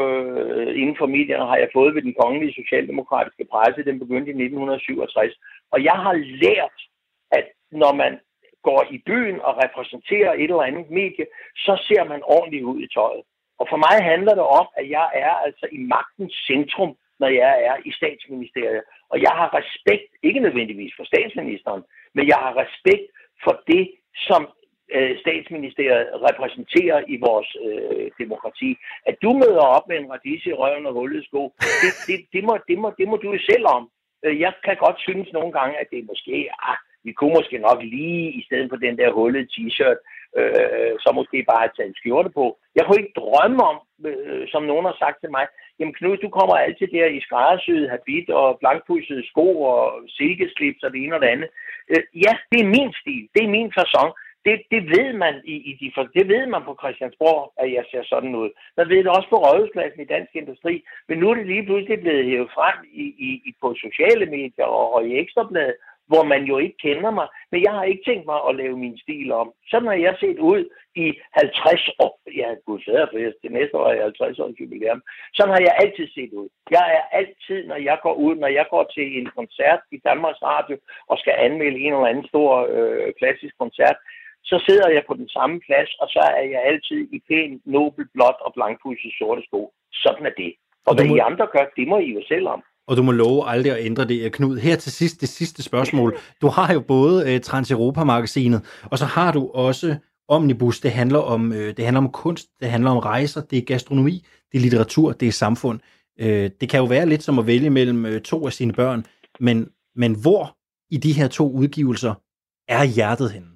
øh, inden for medierne, har jeg fået ved den kongelige socialdemokratiske presse. Den begyndte i nitten syvogtres. Og jeg har lært, at når man går i byen og repræsenterer et eller andet medie, så ser man ordentligt ud i tøjet. Og for mig handler det om, at jeg er altså i magtens centrum, når jeg er i statsministeriet. Og jeg har respekt, ikke nødvendigvis for statsministeren, men jeg har respekt for det, som øh, statsministeriet repræsenterer i vores øh, demokrati. At du møder op med en radise i røven og hullet sko, det, det, det, må, det, må, det må du jo selv om. Jeg kan godt synes nogle gange, at det er måske... Ah, vi kunne måske nok lige, i stedet for den der hullede t-shirt, øh, så måske bare have taget en skjorte på. Jeg kunne ikke drømme om, øh, som nogen har sagt til mig, jamen Knud, du kommer altid der i skræddersyet habit og blankpudsede sko og silkeslips og det ene og det andet. Øh, ja, det er min stil. Det er min facon. Det, det ved man i, i de, det ved man på Christiansborg, at jeg ser sådan ud. Man ved det også på Rådhuspladsen i Dansk Industri. Men nu er det lige pludselig blevet hævet frem i, i, i, på sociale medier og, og i Ekstrabladet, hvor man jo ikke kender mig. Men jeg har ikke tænkt mig at lave min stil om. Sådan har jeg set ud i halvtreds år. Ja, gud sæder, for til næste år er jeg halvtreds års jubilæum. Sådan har jeg altid set ud. Jeg er altid, når jeg går ud, når jeg går til en koncert i Danmarks Radio og skal anmelde en eller anden stor øh, klassisk koncert, så sidder jeg på den samme plads, og så er jeg altid i pæn, nobel, blåt og blankpudset sorte sko. Sådan er det. Og, og hvad må... I andre gør, det må I jo selv om. Og du må love aldrig at ændre det, Knud. Her til sidst, det sidste spørgsmål. Du har jo både uh, Transeuropa-magasinet, og så har du også Omnibus. Det handler om, uh, det handler om kunst, det handler om rejser, det er gastronomi, det er litteratur, det er samfund. Uh, det kan jo være lidt som at vælge mellem uh, to af sine børn, men, men hvor i de her to udgivelser er hjertet henne?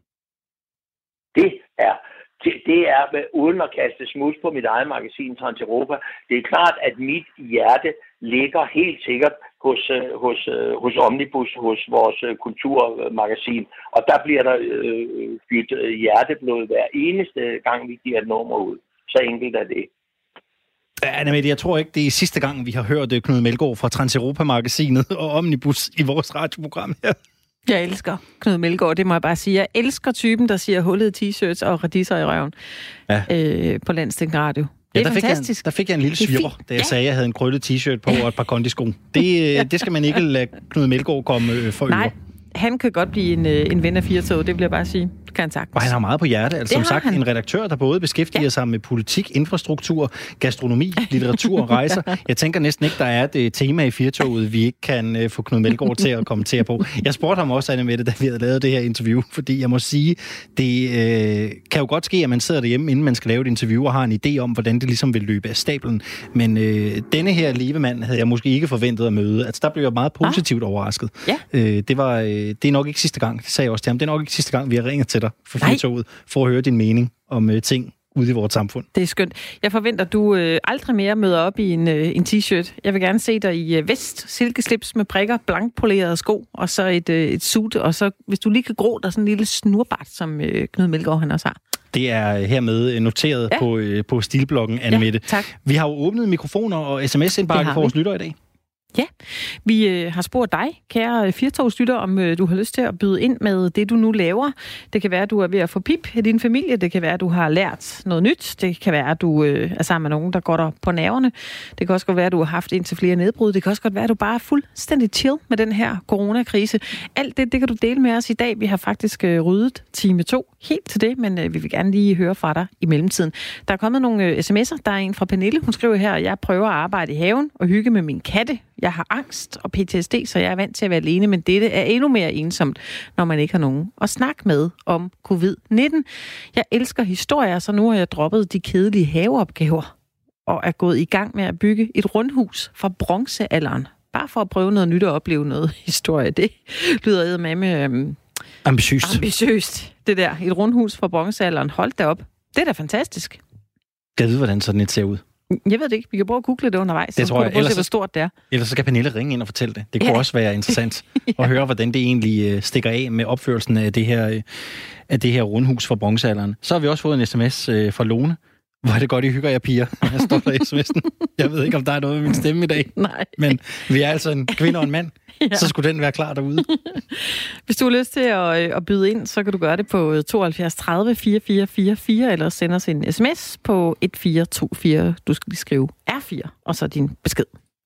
Det er Det, det er med, uden at kaste smuds på mit eget magasin Transeuropa. Det er klart, at mit hjerte ligger helt sikkert hos, hos, hos Omnibus, hos vores kulturmagasin. Og der bliver der øh, byttet hjerteblod hver eneste gang, vi giver et nummer ud. Så enkelt er det. Anne-Mette, jeg tror ikke, det er sidste gang, vi har hørt Knud Meldgaard fra Transeuropa-magasinet og Omnibus i vores radioprogram her. Jeg elsker Knud Meldgaard, det må jeg bare sige. Jeg elsker typen, der siger hullede t-shirts og radiser i røven ja. øh, på Landsdækkende Radio. Det ja, er der fantastisk. Fik jeg, der fik jeg en lille svirper, da jeg ja. sagde, at jeg havde en krøllet t-shirt på og et par kondisko. Det, det skal man ikke lade Knud Meldgaard komme for Nej, øver. Han kan godt blive en, en ven af firetoget, det vil jeg bare sige. Det kan han sagtens. Og han har meget på hjerte. Altså, som sagt, han. en redaktør, der både beskæftiger ja. sig med politik, infrastruktur, gastronomi, litteratur og rejser. ja. Jeg tænker næsten ikke, der er et tema i firetoget, vi ikke kan uh, få Knud Meldgaard til at kommentere på. Jeg spurgte ham også, Anne-Mette, da vi havde lavet det her interview, fordi jeg må sige, det øh, kan jo godt ske, at man sidder derhjemme, inden man skal lave et interview, og har en idé om, hvordan det ligesom vil løbe af stablen. Men øh, denne her levemand havde jeg måske ikke forventet at møde. Altså, der blev jeg meget positivt ah. overrasket. Ja. Øh, det, var, øh, det er nok ikke sidste gang, det sagde jeg også til ham, det er nok ikke sidste gang, vi har ringet til dig for firetoget, for at høre din mening om øh, ting ude i vores samfund. Det er skønt. Jeg forventer, at du øh, aldrig mere møder op i en, øh, en t-shirt. Jeg vil gerne se dig i øh, vest, silkeslips med prikker, blankpolerede sko, og så et, øh, et suit, og så hvis du lige kan grå dig sådan en lille snurbart, som øh, Knud Meldgaard han også har. Det er hermed noteret ja. på, på stilbloggen, Anne-Mette. Ja, tak. Vi har jo åbnet mikrofoner og sms-indbakke for vores lyttere i dag. Ja, vi øh, har spurgt dig, kære firtogslytter, om øh, du har lyst til at byde ind med det, du nu laver. Det kan være, at du er ved at få pip i din familie. Det kan være, at du har lært noget nyt. Det kan være, at du øh, er sammen med nogen, der går der på nerverne. Det kan også godt være, at du har haft indtil flere nedbrud. Det kan også godt være, at du bare er fuldstændig chill med den her coronakrise. Alt det, det kan du dele med os i dag. Vi har faktisk øh, ryddet time to helt til det, men øh, vi vil gerne lige høre fra dig i mellemtiden. Der er kommet nogle øh, sms'er. Der er en fra Pernille. Hun skriver her, at jeg prøver at arbejde i haven og hygge med min katte. Jeg har angst og P T S D, så jeg er vant til at være alene, men dette er endnu mere ensomt, når man ikke har nogen at snakke med om covid nitten. Jeg elsker historier, så nu har jeg droppet de kedelige haveopgaver og er gået i gang med at bygge et rundhus fra bronzealderen. Bare for at prøve noget nyt og opleve noget historie. Det lyder eddermame øhm, ambitiøst. ambitiøst, det der. Et rundhus fra bronzealderen. Hold da op. Det er da fantastisk. Jeg ved, hvordan sådan et ser ud. Jeg ved det ikke. Vi kan prøve at google det undervejs. Det så tror jeg. Prøve at se, hvor stort det er. Ellers så kan Pernille ringe ind og fortælle det. Det kunne ja. også være interessant ja. at høre, hvordan det egentlig stikker af med opførelsen af det her, af det her rundhus fra bronzealderen. Så har vi også fået en sms fra Lone. Hvor er det godt, I hygger jer, piger. Jeg står der i sms'en. Jeg ved ikke, om der er noget med min stemme i dag. Nej. Men vi er altså en kvinde og en mand. Ja. Så skulle den være klar derude. Hvis du har lyst til at, at byde ind, så kan du gøre det på tooghalvfjerds tredive fireogfyrre fireogfyrre, eller sende os en sms på et fire to fire. Du skal lige skrive R fire, og så din besked.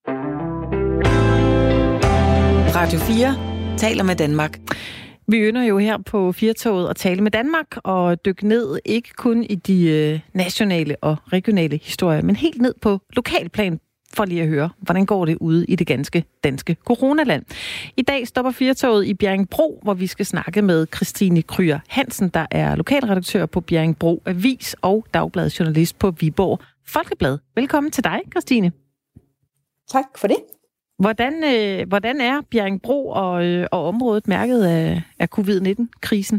Radio fire taler med Danmark. Vi ynder jo her på Firtoget at tale med Danmark og dykke ned ikke kun i de øh, nationale og regionale historier, men helt ned på lokalplan for lige at høre, hvordan går det ude i det ganske danske coronaland. I dag stopper Firtoget i Bjerringbro, hvor vi skal snakke med Christine Kryer Hansen, der er lokalredaktør på Bjerringbro Avis og dagbladsjournalist på Viborg Folkeblad. Velkommen til dig, Christine. Tak for det. Hvordan, øh, hvordan er Bjerringbro og, øh, og området mærket af, af covid nitten-krisen?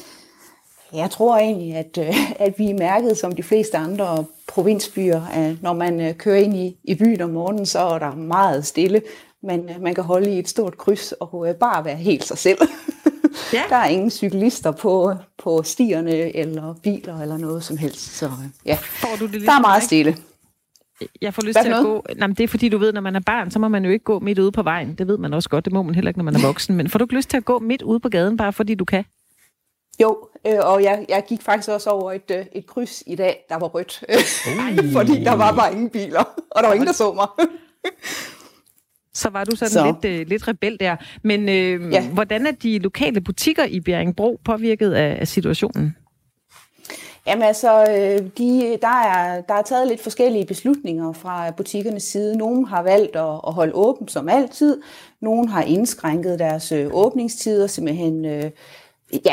Jeg tror egentlig, at, øh, at vi er mærket som de fleste andre provinsbyer. At når man øh, kører ind i, i byen om morgenen, så er der meget stille. Man, øh, man kan holde i et stort kryds og øh, bare være helt sig selv. Ja. Der er ingen cyklister på, på stierne eller biler eller noget som helst. Så øh, ja, Får du det ligesom der er meget stille. Jeg får lyst til at gå... Nej, men det er fordi, du ved, når man er barn, så må man jo ikke gå midt ude på vejen. Det ved man også godt. Det må man heller ikke, når man er voksen. Men får du ikke lyst til at gå midt ude på gaden, bare fordi du kan? Jo, øh, og jeg, jeg gik faktisk også over et, øh, et kryds i dag, der var rødt. Uh. Fordi der var bare ingen biler, og der var ingen, der så mig. Så var du sådan så. lidt, øh, lidt rebel der. Men øh, ja. hvordan er de lokale butikker i Bjerringbro påvirket af, af situationen? Jamen altså, de, der, er, der er taget lidt forskellige beslutninger fra butikkernes side. Nogle har valgt at, at holde åbent som altid. Nogle har indskrænket deres åbningstider, simpelthen ja,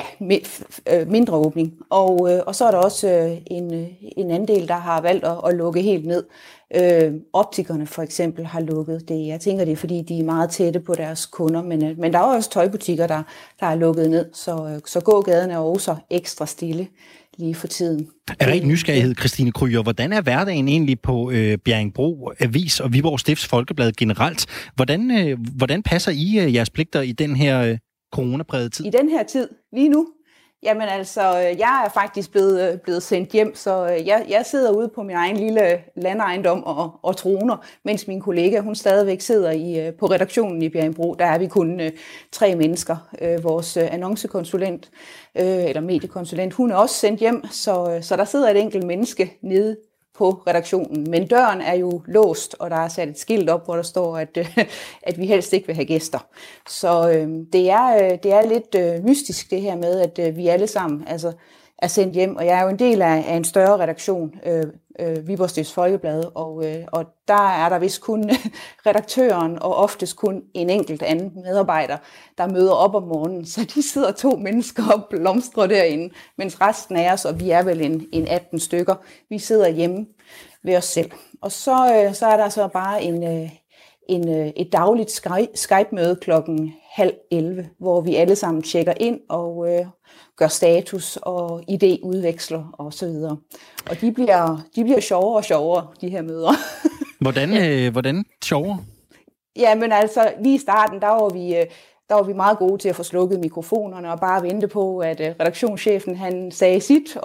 mindre åbning. Og, og så er der også en, en anden del, der har valgt at, at lukke helt ned. Øh, optikerne for eksempel har lukket det. Jeg tænker, det er fordi, de er meget tætte på deres kunder. Men, men der er også tøjbutikker, der, der er lukket ned. Så, så gågaden er også ekstra stille lige for tiden. Er rent nysgerrighed, Christine Kryer, hvordan er hverdagen egentlig på øh, Bjerringbro Avis og Viborg Stifts Folkeblad generelt? Hvordan, øh, hvordan passer I øh, jeres pligter i den her øh, coronaprægede tid? I den her tid, lige nu? Jamen altså, jeg er faktisk blevet, blevet sendt hjem, så jeg, jeg sidder ude på min egen lille landejendom og, og troner, mens min kollega, hun stadigvæk sidder i, på redaktionen i Bjerringbro. Der er vi kun uh, tre mennesker. Uh, vores uh, annoncekonsulent, uh, eller mediekonsulent, hun er også sendt hjem, så, så der sidder et enkelt menneske nede på redaktionen. Men døren er jo låst, og der er sat et skilt op, hvor der står, at, øh, at vi helst ikke vil have gæster. Så øh, det, er, øh, det er lidt øh, mystisk det her med, at øh, vi alle sammen altså, er sendt hjem. Og jeg er jo en del af, af en større redaktion, øh, øh, Viborg Stifts Folkeblad, og, øh, og der er der vist kun redaktøren og oftest kun en enkelt anden medarbejder, der møder op om morgenen. Så de sidder to mennesker og blomstrer derinde, mens resten af os, og vi er vel en, en atten stykker, vi sidder hjemme ved os selv. Og så, øh, så er der så bare en, øh, en, øh, et dagligt Skype-møde klokken halv elleve, hvor vi alle sammen tjekker ind og øh, gør status og idéudveksler og så videre. Og de bliver, de bliver sjovere og sjovere, de her møder. Hvordan, øh, hvordan sjovere? Ja, men altså lige i starten, der var vi... Øh, der var vi meget gode til at få slukket mikrofonerne og bare vente på, at øh, redaktionschefen han sagde sit, og,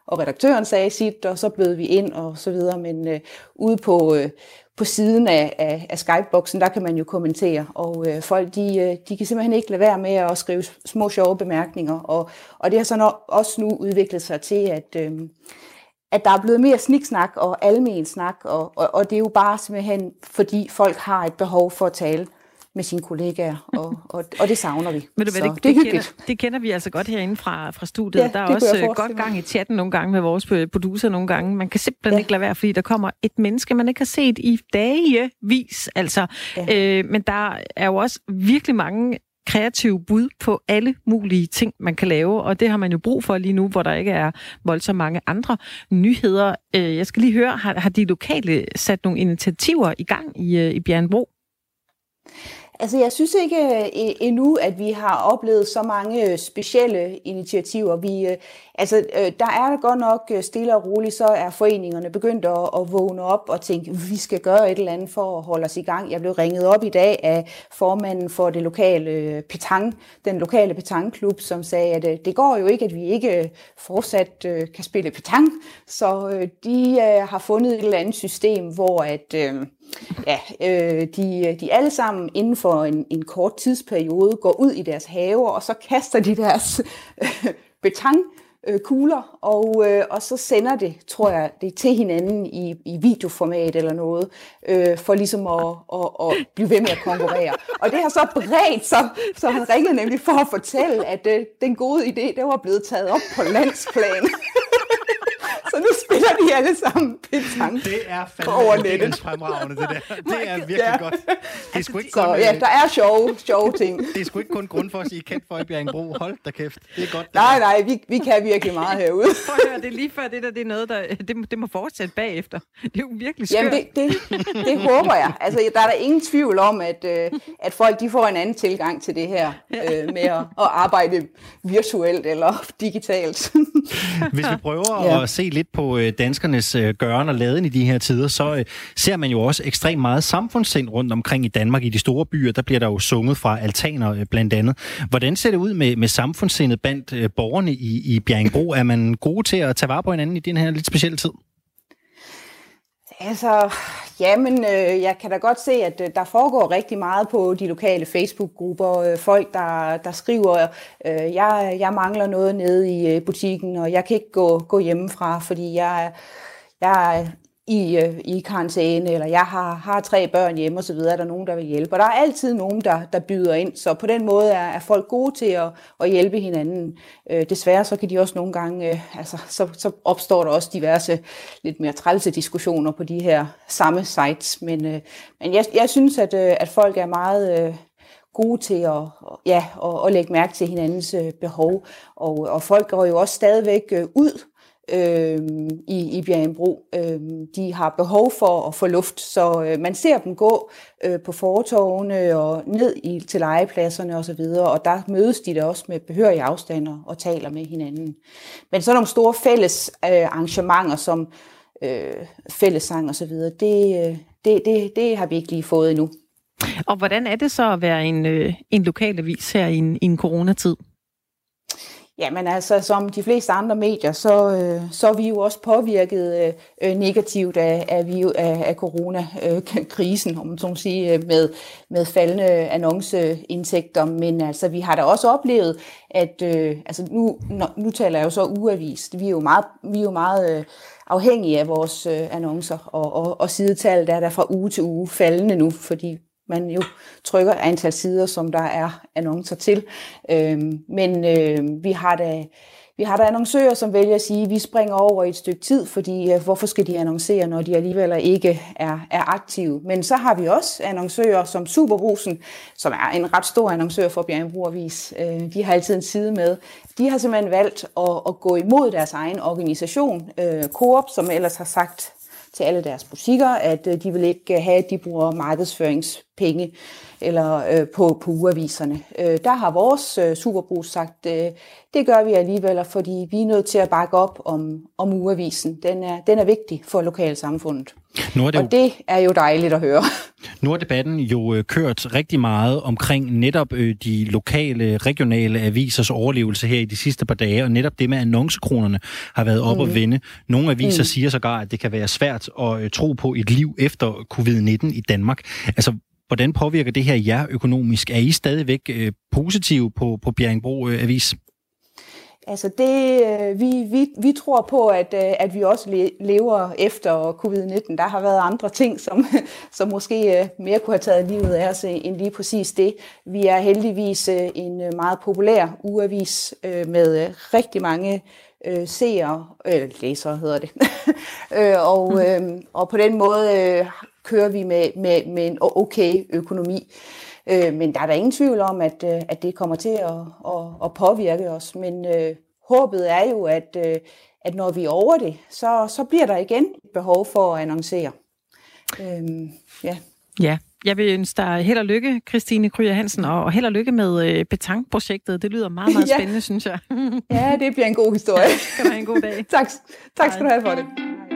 og redaktøren sagde sit, og så bød vi ind og så videre. Men øh, ude på, øh, på siden af, af, af Skype-boksen, der kan man jo kommentere, og øh, folk de, øh, de kan simpelthen ikke lade være med at skrive små sjove bemærkninger, og, og det har så no- også nu udviklet sig til, at, øh, at der er blevet mere sniksnak og almen snak, og, og, og det er jo bare simpelthen, fordi folk har et behov for at tale med sine kollegaer, og, og, og det savner vi. Men det, så det, det er det hyggeligt. Kender, det kender vi altså godt herinde fra, fra studiet. Ja, der er det også godt gang i chatten nogle gange med vores producer nogle gange. Man kan simpelthen ja. ikke lade være, fordi der kommer et menneske, man ikke har set i dagevis. Altså. Ja. Øh, men der er jo også virkelig mange kreative bud på alle mulige ting, man kan lave, og det har man jo brug for lige nu, hvor der ikke er voldsomt mange andre nyheder. Øh, jeg skal lige høre, har, har de lokale sat nogle initiativer i gang i, i Bjerringbro? Altså, jeg synes ikke endnu, at vi har oplevet så mange specielle initiativer. Vi, altså, der er der godt nok stille og roligt, så er foreningerne begyndt at, at vågne op og tænke, at vi skal gøre et eller andet for at holde os i gang. Jeg blev ringet op i dag af formanden for det lokale petang, den lokale petangklub, som sagde, at det går jo ikke, at vi ikke fortsat kan spille petang. Så de har fundet et eller andet system, hvor at ja, øh, de, de alle sammen inden for en, en kort tidsperiode går ud i deres haver, og så kaster de deres øh, betangkugler, og, øh, og så sender det, tror jeg, det til hinanden i, i videoformat eller noget, øh, for ligesom at, at, at blive ved med at konkurrere. Og det har så bredt, så, så han ringede nemlig for at fortælle, at øh, den gode idé, det var blevet taget op på landsplan. Så nu spiller de alle sammen petang. Det er fandme fremragende, det der. Det er virkelig ja. godt. Det er sgu ikke så kun, ja, der er sjove, sjove ting. Det er sgu ikke kun grund for at sige kendt for i Bjerringbro. Hold da kæft. Det er godt. Det nej, der. nej, vi, vi kan virkelig meget herude. Prøv at høre, det er lige før det der, det er noget, der det, det må fortsætte bagefter. Det er jo virkelig skørt. Jamen, det, det, det håber jeg. Altså, der er der ingen tvivl om, at, at folk de får en anden tilgang til det her øh, med at, at arbejde virtuelt eller digitalt. Hvis vi prøver ja. at se lidt på danskernes gøren og laden i de her tider, så ser man jo også ekstremt meget samfundssind rundt omkring i Danmark. I de store byer, der bliver der jo sunget fra altaner blandt andet. Hvordan ser det ud med, med samfundssindet blandt borgerne i, i Bjerringbro? Er man gode til at tage vare på hinanden i den her lidt specielle tid? Altså, jamen, øh, jeg kan da godt se, at øh, der foregår rigtig meget på de lokale Facebook-grupper. Øh, folk, der, der skriver, øh, jeg, jeg mangler noget nede i øh, butikken, og jeg kan ikke gå, gå hjemmefra, fordi jeg, jeg er i, øh, i karantæne, eller jeg har, har tre børn hjemme, og så videre. Er der nogen, der vil hjælpe? Og der er altid nogen, der, der byder ind. Så på den måde er, er folk gode til at, at hjælpe hinanden. Øh, desværre så kan de også nogle gange, øh, altså så, så opstår der også diverse lidt mere trælse diskussioner på de her samme sites. Men, øh, men jeg, jeg synes, at, øh, at folk er meget øh, gode til at, ja, at, at lægge mærke til hinandens øh, behov. Og, og folk går jo også stadigvæk øh, ud Øh, i, i Bjerringbro. Øh, de har behov for at få luft, så øh, man ser dem gå øh, på fortovene og ned i, til legepladserne osv., og, og der mødes de da også med behørige afstander og taler med hinanden. Men så nogle store fælles øh, arrangementer som øh, fællessang osv., det, øh, det, det, det har vi ikke lige fået endnu. Og hvordan er det så at være en, øh, en lokalavis her i en, i en coronatid? Jamen altså, som de fleste andre medier, så, øh, så er vi jo også påvirket øh, negativt af, af, af, af coronakrisen, om man så må sige, med, med faldende annonceindtægter. Men altså, vi har da også oplevet, at øh, altså nu, nu taler jeg jo så ugeavis. Vi er jo meget, vi er jo meget øh, afhængige af vores øh, annoncer, og, og, og sidetallet er der fra uge til uge faldende nu, fordi man jo trykker antal sider, som der er annoncer til. Øhm, men øh, vi har da vi har da annoncører, som vælger at sige, at vi springer over et stykke tid, fordi øh, hvorfor skal de annoncere, når de alligevel ikke er, er aktive? Men så har vi også annoncører som Superbrugsen, som er en ret stor annoncør for Bjerringbro Avis. Øh, de har altid en side med. De har simpelthen valgt at, at gå imod deres egen organisation, øh, Coop, som ellers har sagt til alle deres butikker, at øh, de vil ikke have, at de bruger markedsføringspenge eller øh, på, på ugeaviserne. Øh, der har vores øh, Superbrug sagt, øh, det gør vi alligevel, fordi vi er nødt til at bakke op om, om ugeavisen. Den er, den er vigtig for lokalsamfundet. Nu er det jo... Og det er jo dejligt at høre. Nu har debatten jo øh, kørt rigtig meget omkring netop øh, de lokale, regionale avisers overlevelse her i de sidste par dage, og netop det med annoncekronerne har været op mm. at vende. Nogle aviser mm. siger sågar, at det kan være svært at øh, tro på et liv efter covid nitten i Danmark. Altså, hvordan påvirker det her jer økonomisk? Er I stadigvæk øh, positive på, på Bjerringbro øh, Avis? Altså det, vi, vi, vi tror på, at, at vi også lever efter covid nitten. Der har været andre ting, som, som måske mere kunne have taget livet af os end lige præcis det. Vi er heldigvis en meget populær ugeavis med rigtig mange seere, eller læsere hedder det. og, mm. og på den måde kører vi med, med, med en okay økonomi. Men der er der ingen tvivl om, at, at det kommer til at, at, at påvirke os. Men øh, håbet er jo, at, øh, at når vi er over det, så, så bliver der igen et behov for at annoncere. Øhm, ja. Ja, jeg vil ønske dig held og lykke, Christine Kryer Hansen, og held og lykke med øh, Betank-projektet. Det lyder meget, meget spændende, ja. synes jeg. Ja, det bliver en god historie. Kan du have en god dag. tak, tak skal du have for det.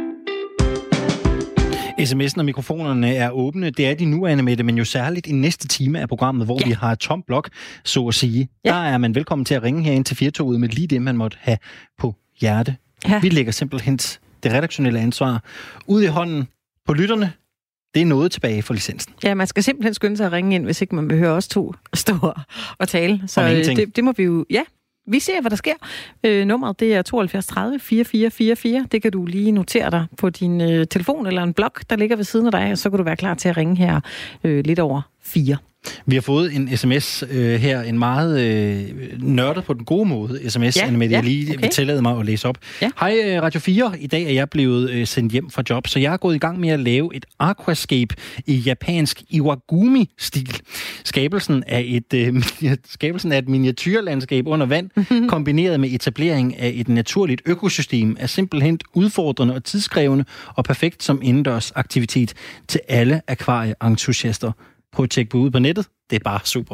sms'en og mikrofonerne er åbne. Det er de nu, Anne-Mette, men jo særligt i næste time af programmet, hvor ja. vi har tom blok, så at sige. Ja. Der er man velkommen til at ringe herind til Firtoget med lige det, man måtte have på hjerte. Ja. Vi lægger simpelthen det redaktionelle ansvar ud i hånden på lytterne. Det er noget tilbage for licensen. Ja, man skal simpelthen skynde sig at ringe ind, hvis ikke man behøver os to at stå og tale. Så det, det må vi jo... Ja. Vi ser, hvad der sker. Øh, nummeret, det er tooghalvfjerds tredive fireogfyrre fireogfyrre. Det kan du lige notere dig på din øh, telefon eller en blog, der ligger ved siden af dig, og så kan du være klar til at ringe her øh, lidt over fire. Vi har fået en sms øh, her, en meget øh, nørdet på den gode måde sms, ja, Anne-Mette, ja, jeg lige okay. vil tillade mig at læse op. Ja. Hej øh, Radio fire, i dag er jeg blevet øh, sendt hjem fra job, så jeg er gået i gang med at lave et aquascape i japansk Iwagumi-stil. Skabelsen af et, øh, skabelsen af et miniatyrlandskab under vand, mm-hmm. kombineret med etablering af et naturligt økosystem, er simpelthen udfordrende og tidskrævende og perfekt som indendørs aktivitet til alle akvarieentusiaster. Prøv at tjekke på ude på nettet. Det er bare super.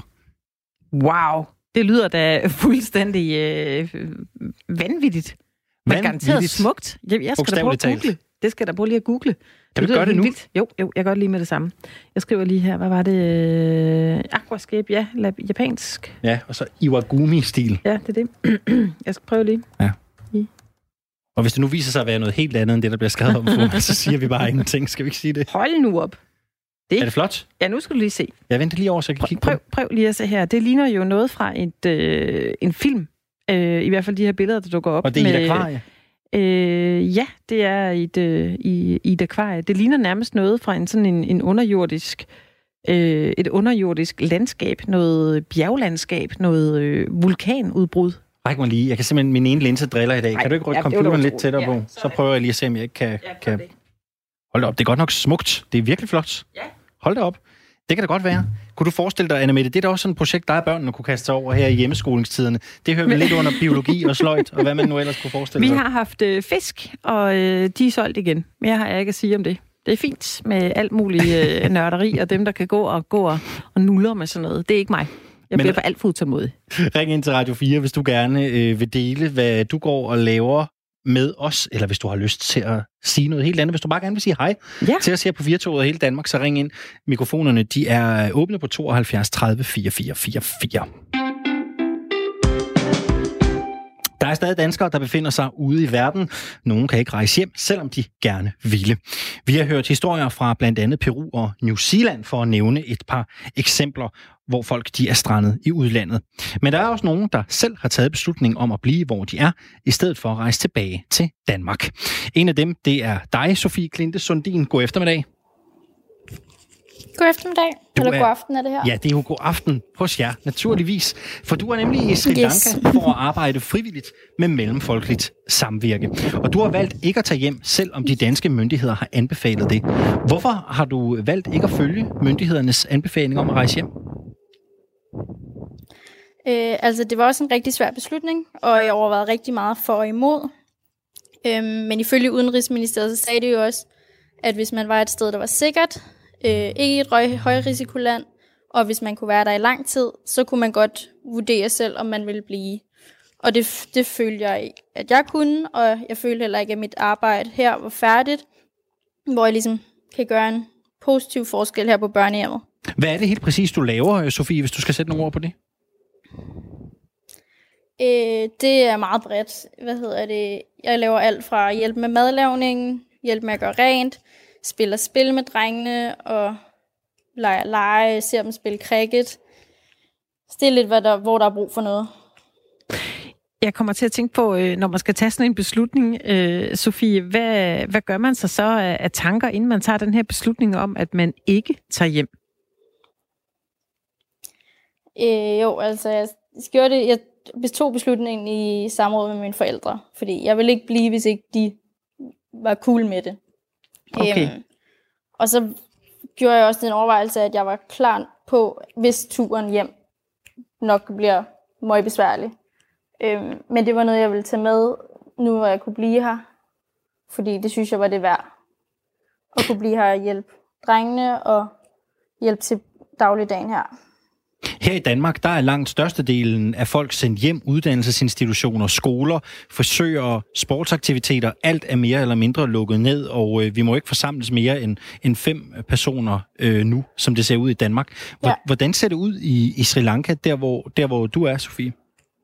Wow. Det lyder da fuldstændig øh, vanvittigt. Men garanteret smukt. Jeg, jeg skal da prøve at google. Det skal da prøve lige at google. Kan du gøre det nu? Vildt. Jo, jo, jeg gør det lige med det samme. Jeg skriver lige her, hvad var det? Aquascape, ja. Japansk. Ja, og så Iwagumi-stil. Ja, det er det. Jeg skal prøve lige. Ja. I. Og hvis det nu viser sig at være noget helt andet, end det, der bliver skrevet om for, så siger vi bare ingenting. Skal vi ikke sige det? Hold nu op. Det. Er det flot? Ja, nu skal du lige se. Jeg venter lige over, så jeg kan kigge på prøv, prøv lige at se her. Det ligner jo noget fra et, øh, en film. Øh, I hvert fald de her billeder, der dukker op. Og det er med, i et akvarie? Øh, ja, det er i et, øh, i, i et akvarie. Det ligner nærmest noget fra en sådan en, en underjordisk, øh, et underjordisk landskab. Noget bjerglandskab. Noget øh, vulkanudbrud. Ræk mig lige. Jeg kan simpelthen... Min ene linse driller i dag. Kan du ikke rykke ja, computeren lidt tættere på? Ja, så, så prøver jeg lige at se, om jeg ikke kan... Ja, kan... Hold da op, det er godt nok smukt. Det er virkelig flot. Ja. Hold da op. Det kan da godt være. Kunne du forestille dig, Anne-Mette, det er da også sådan et projekt, der er børnene kunne kaste sig over her i hjemmeskoringstiderne. Det hører vi lidt under biologi og sløjt, og hvad man nu ellers kunne forestille sig. Vi har haft øh, fisk, og øh, de er solgt igen. Mere har jeg ikke at sige om det. Det er fint med alt muligt øh, nørderi, og dem, der kan gå og gå og, og nuller med sådan noget. Det er ikke mig. Jeg bliver for alt for utålmodig. Ring ind til Radio fire, hvis du gerne øh, vil dele, hvad du går og laver med os, eller hvis du har lyst til at sige noget helt andet. Hvis du bare gerne vil sige hej ja. til os her på Firtoget og hele Danmark, så ring ind. Mikrofonerne, de er åbne på tooghalvfjerds tredive fireogfyrre fireogfyrre. Der er stadig danskere, der befinder sig ude i verden. Nogle kan ikke rejse hjem, selvom de gerne ville. Vi har hørt historier fra blandt andet Peru og New Zealand, for at nævne et par eksempler, hvor folk de er strandet i udlandet. Men der er også nogen, der selv har taget beslutningen om at blive, hvor de er, i stedet for at rejse tilbage til Danmark. En af dem, det er dig, Sofie Klinte Sundin. God eftermiddag. God eftermiddag. Du Eller er, god aften er det her. Ja, det er jo god aften hos jer, naturligvis. For du er nemlig i Sri Lanka yes. for at arbejde frivilligt med mellemfolkeligt samvirke. Og du har valgt ikke at tage hjem, selvom de danske myndigheder har anbefalet det. Hvorfor har du valgt ikke at følge myndighedernes anbefaling om at rejse hjem? Øh, altså, det var også en rigtig svær beslutning, og jeg overvejede rigtig meget for og imod. Øh, men ifølge Udenrigsministeriet, så sagde det jo også, at hvis man var et sted, der var sikkert, øh, ikke et røg, højrisikoland, og hvis man kunne være der i lang tid, så kunne man godt vurdere selv, om man ville blive. Og det, det følte jeg, at jeg kunne, og jeg følte heller ikke, at mit arbejde her var færdigt, hvor jeg ligesom kan gøre en positiv forskel her på børnehjemmet. Hvad er det helt præcis, du laver, Sofie, hvis du skal sætte nogle ord på det? Øh, det er meget bredt. Hvad hedder det? Jeg laver alt fra hjælp med madlavningen, hjælp med at gøre rent, spiller spil med drengene og leger lege, ser dem spille cricket. Så det er lidt, hvad der, hvor der er brug for noget. Jeg kommer til at tænke på, når man skal tage sådan en beslutning, øh, Sofie, hvad, hvad gør man så så af, af tanker, inden man tager den her beslutning om, at man ikke tager hjem? Øh, jo, altså jeg gjorde det, jeg bestod beslutningen i samråd med mine forældre, fordi jeg ville ikke blive, hvis ikke de var cool med det. Okay. Øhm, og så gjorde jeg også den overvejelse, at jeg var klar på, hvis turen hjem nok bliver meget besværlig. Øhm, men det var noget, jeg ville tage med, nu hvor jeg kunne blive her, fordi det synes jeg var det værd. At kunne blive her og hjælpe drengene og hjælpe til dagligdagen her. Her i Danmark, der er langt størstedelen af folk sendt hjem, uddannelsesinstitutioner, skoler, frisører, sportsaktiviteter. Alt er mere eller mindre lukket ned, og øh, vi må ikke forsamles mere end, end fem personer øh, nu, som det ser ud i Danmark. Ja. Hvordan ser det ud i, i Sri Lanka, der hvor, der hvor du er, Sofie?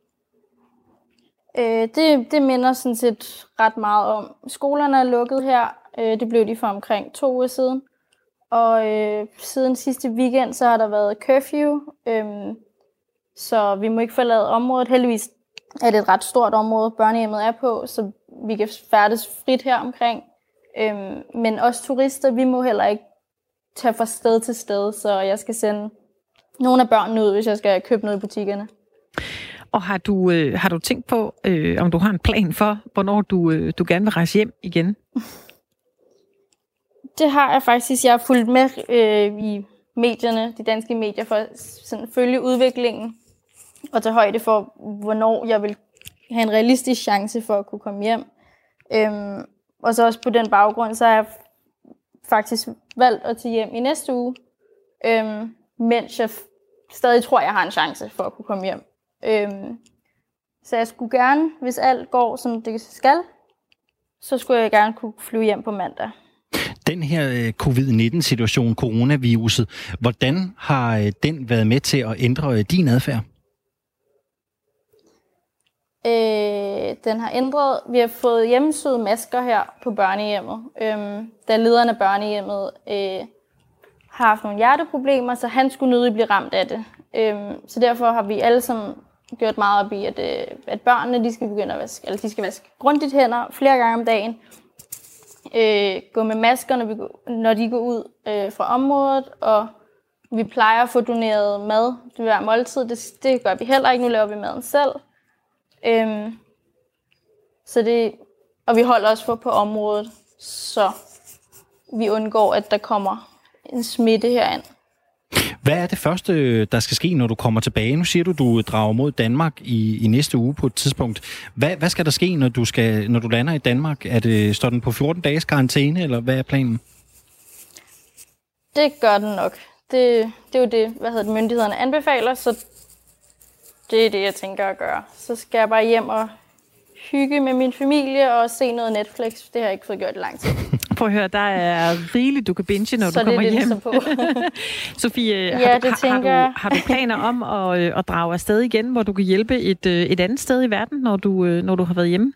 Øh, det, det minder sådan set ret meget om. Skolerne er lukket her. Øh, det blev de for omkring to uger siden. Og øh, siden sidste weekend, så har der været curfew, øhm, så vi må ikke forlade området. Heldigvis er det et ret stort område, børnehjemmet er på, så vi kan færdes frit her omkring. Øhm, men os turister, vi må heller ikke tage fra sted til sted, så jeg skal sende nogle af børnene ud, hvis jeg skal købe noget i butikkerne. Og har du, øh, har du tænkt på, øh, om du har en plan for, hvornår du, øh, du gerne vil rejse hjem igen? Det har jeg faktisk. Jeg har fulgt med øh, i medierne, de danske medier, for at sådan, følge udviklingen og tage højde for, hvornår jeg vil have en realistisk chance for at kunne komme hjem. Øhm, og så også på den baggrund, så har jeg faktisk valgt at tage hjem i næste uge, øhm, mens jeg stadig tror, jeg har en chance for at kunne komme hjem. Øhm, så jeg skulle gerne, hvis alt går, som det skal, så skulle jeg gerne kunne flyve hjem på mandag. Den her covid nitten-situation, coronaviruset, hvordan har den været med til at ændre din adfærd? Øh, den har ændret. Vi har fået hjemmesyede masker her på børnehjemmet. Øhm, da lederen af børnehjemmet øh, har haft nogle hjerteproblemer, så han skulle nødig blive ramt af det. Øhm, så derfor har vi alle sammen gjort meget op i, at, øh, at børnene de skal begynde at vaske, eller de skal vaske grundigt hænder flere gange om dagen. Øh, gå med masker, når, vi går, når de går ud øh, fra området, og vi plejer at få doneret mad til hver måltid. Det, det gør vi heller ikke. Nu laver vi maden selv. Øhm, så det, og vi holder os for på området, så vi undgår, at der kommer en smitte herind. Hvad er det første, der skal ske, når du kommer tilbage? Nu siger du, du drager mod Danmark i, i næste uge på et tidspunkt. Hvad, hvad skal der ske, når du, skal, når du lander i Danmark? Er det, står den på fjorten dages karantæne, eller hvad er planen? Det gør den nok. Det, det er jo det, hvad hedder det, myndighederne anbefaler, så det er det, jeg tænker at gøre. Så skal jeg bare hjem og hygge med min familie og se noget Netflix. Det har jeg ikke fået gjort i lang tid. Prøv at høre, der er rigeligt, du kan binge, når så du kommer hjem. Så det er det, på. Sofie, ja, har, du, det har, du, har du planer om at, at drage afsted igen, hvor du kan hjælpe et, et andet sted i verden, når du, når du har været hjemme?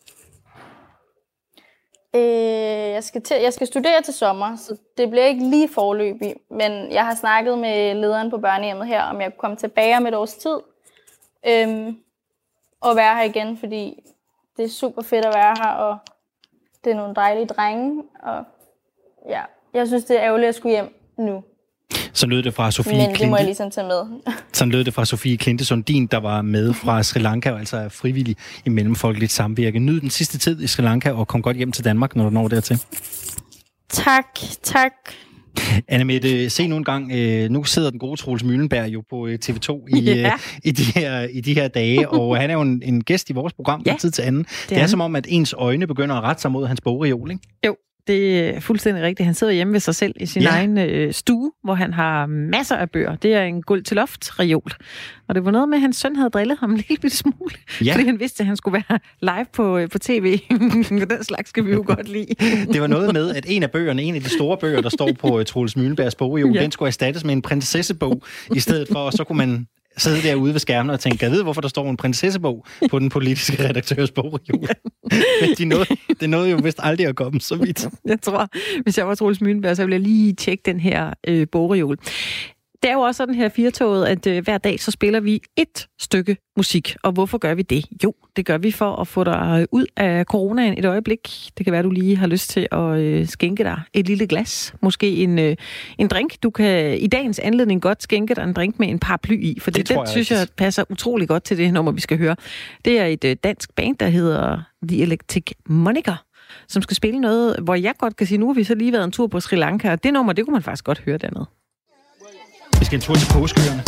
Øh, jeg, skal til, jeg skal studere til sommer, så det bliver ikke lige forløbig. Men jeg har snakket med lederen på børnehjemmet her, om jeg kunne komme tilbage om et års tid. Øhm, og være her igen, fordi det er super fedt at være her, og det er nogle dejlige drenge, og ja, jeg synes, det er ærgerligt at skulle hjem nu. Så lød det fra Sofie Men det Klinte. må jeg ligesom tage med. Så lød det fra Sofie Klinte Sundin, der var med fra Sri Lanka, og altså er frivillig i Mellemfolkeligt Samvirke. Nyd den sidste tid i Sri Lanka, og kom godt hjem til Danmark, når du når dertil. Tak, tak. Anne-Mette, se nu en gang, øh, nu sidder den gode Troels Møllenberg jo på øh, T V to i, ja. øh, i, de her, i de her dage, og han er jo en, en gæst i vores program fra ja, tid til anden. Det er, det er som om, at ens øjne begynder at rette sig mod hans bogreol, ikke? Jo, Det er fuldstændig rigtigt. Han sidder hjemme ved sig selv i sin ja. egen øh, stue, hvor han har masser af bøger. Det er en guld til loft-reol. Og det var noget med, at hans søn havde drillet ham en lille smule, ja. fordi han vidste, at han skulle være live på, på tv. Den slags skal vi jo godt lide. Det var noget med, at en af bøgerne, en af de store bøger, der står på Troels Mühlenbergs bogreol, ja. den skulle erstattes med en prinsessebog i stedet for, og så kunne man sidde derude ved skærmen og tænke, jeg ved, hvorfor der står en prinsessebog på den politiske redaktørs bogreol. Men de nåede, det nåede jo vist aldrig at komme så vidt. Jeg tror, hvis jeg var Troels Mühlenberg, så ville jeg lige tjekke den her øh, bogreol. Det er jo også sådan her firetoget, at øh, hver dag så spiller vi et stykke musik. Og hvorfor gør vi det? Jo, det gør vi for at få dig ud af coronaen et øjeblik. Det kan være, du lige har lyst til at øh, skænke dig et lille glas. Måske en, øh, en drink. Du kan i dagens anledning godt skænke dig en drink med en paraply i. For det, det den jeg synes jeg passer utrolig godt til det nummer, vi skal høre. Det er et øh, dansk band, der hedder The Electric Moniker, som skal spille noget, hvor jeg godt kan sige, nu har vi så lige været en tur på Sri Lanka. Og det nummer, det kunne man faktisk godt høre dernede. Vi skal en tur til påskeøerne.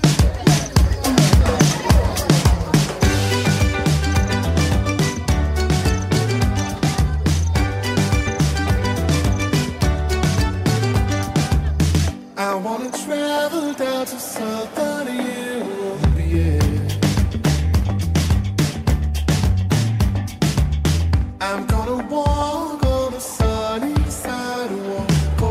I wanna travel down to southern Europe, yeah. I'm gonna walk on the sunny sidewalk.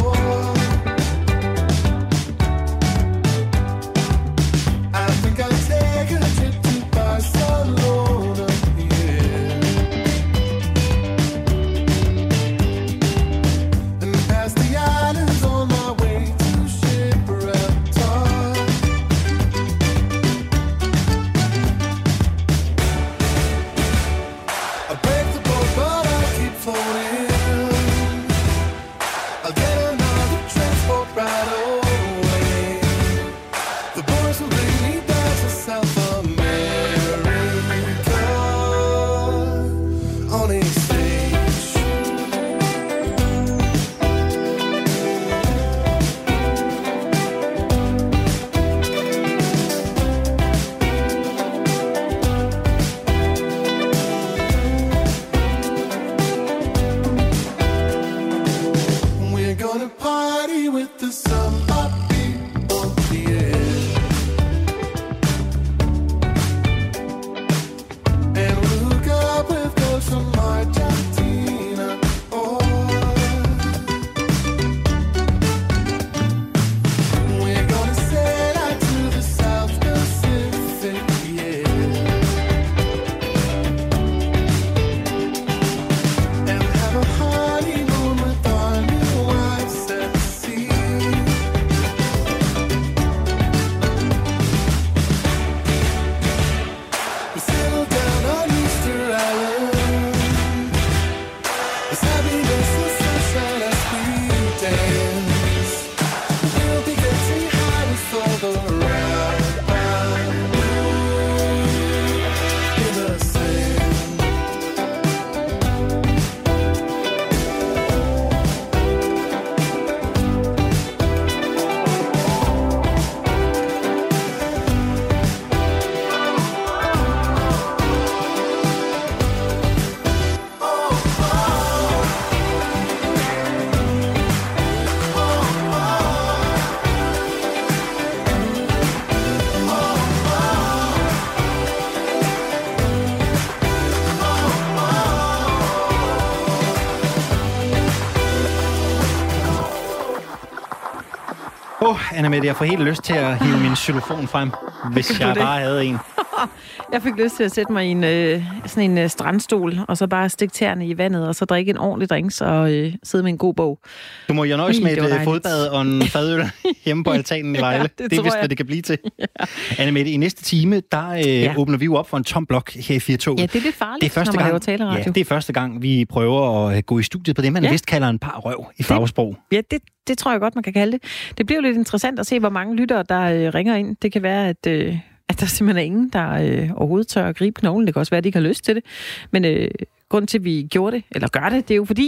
Åh, oh, Anna-Mette, jeg får helt lyst til at hive min xylofon frem, hvis jeg bare havde en. Jeg fik lyst til at sætte mig i en, øh, sådan en øh, strandstol, og så bare stikke tæerne i vandet, og så drikke en ordentlig drinks og øh, sidde med en god bog. Du må jo nøjes med et fodbad og en fadøl hjemme på altanen i Vejle. Ja, det, det er vist, hvad det kan blive til. Ja. Anna-Mette, i næste time, der øh, ja. åbner vi jo op for en tom blok her i firetoget. Ja, det er lidt farligt, det er første når man gang, laver taleradio. Ja, det er første gang, vi prøver at gå i studiet på det, man ja. vist kalder en par røv i fagsprog. Ja, det, det tror jeg godt, man kan kalde det. Det bliver jo lidt interessant at se, hvor mange lyttere, der øh, ringer ind. Det kan være, at... Øh, at der simpelthen er ingen, der øh, overhovedet tør at gribe knoglen. Det kan også være, at de ikke har lyst til det. Men øh, grunden til, at vi gjorde det, eller gør det, det er jo fordi,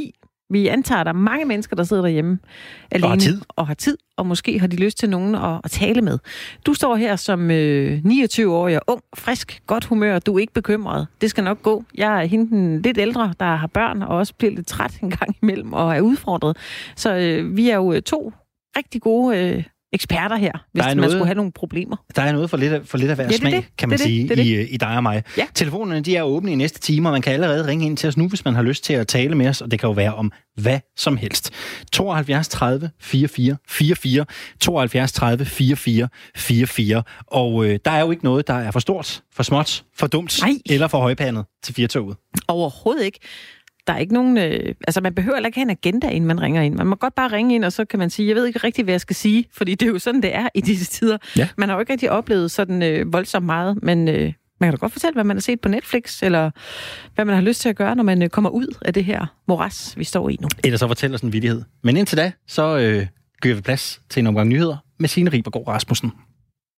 Vi antager, at der er mange mennesker, der sidder derhjemme alene og har tid, og, har tid, og måske har de lyst til nogen at, at tale med. Du står her som øh, niogtyve-årig og ung, frisk, godt humør, du er ikke bekymret. Det skal nok gå. Jeg er hende lidt ældre, der har børn, og også bliver lidt træt en gang imellem og er udfordret. Så øh, vi er jo to rigtig gode øh, eksperter her, hvis man noget, skulle have nogle problemer. Der er noget for lidt, for lidt af hver ja, smag, det, kan man det, sige, det, det, det. I, i dig og mig. Ja. Telefonerne de er åbne i næste time, og man kan allerede ringe ind til os nu, hvis man har lyst til at tale med os, og det kan jo være om hvad som helst. tooghalvfjerds tredive fireogfyrre fireogfyrre, tooghalvfjerds tredive fireogfyrre fireogfyrre. Og øh, der er jo ikke noget, der er for stort, for småt, for dumt Ej. eller for højpandet til firetoget. Overhovedet ikke. Der er ikke nogen... Øh, altså, man behøver heller ikke have en agenda, inden man ringer ind. Man må godt bare ringe ind, og så kan man sige, jeg ved ikke rigtig, hvad jeg skal sige, fordi det er jo sådan, det er i disse tider. Ja. Man har jo ikke rigtig oplevet sådan øh, voldsomt meget, men øh, man kan da godt fortælle, hvad man har set på Netflix, eller hvad man har lyst til at gøre, når man øh, kommer ud af det her moras, vi står i nu. Eller så fortæller sådan en vittighed. Men indtil da, så øh, gør vi plads til en omgang nyheder med Signe Ribergaard Rasmussen.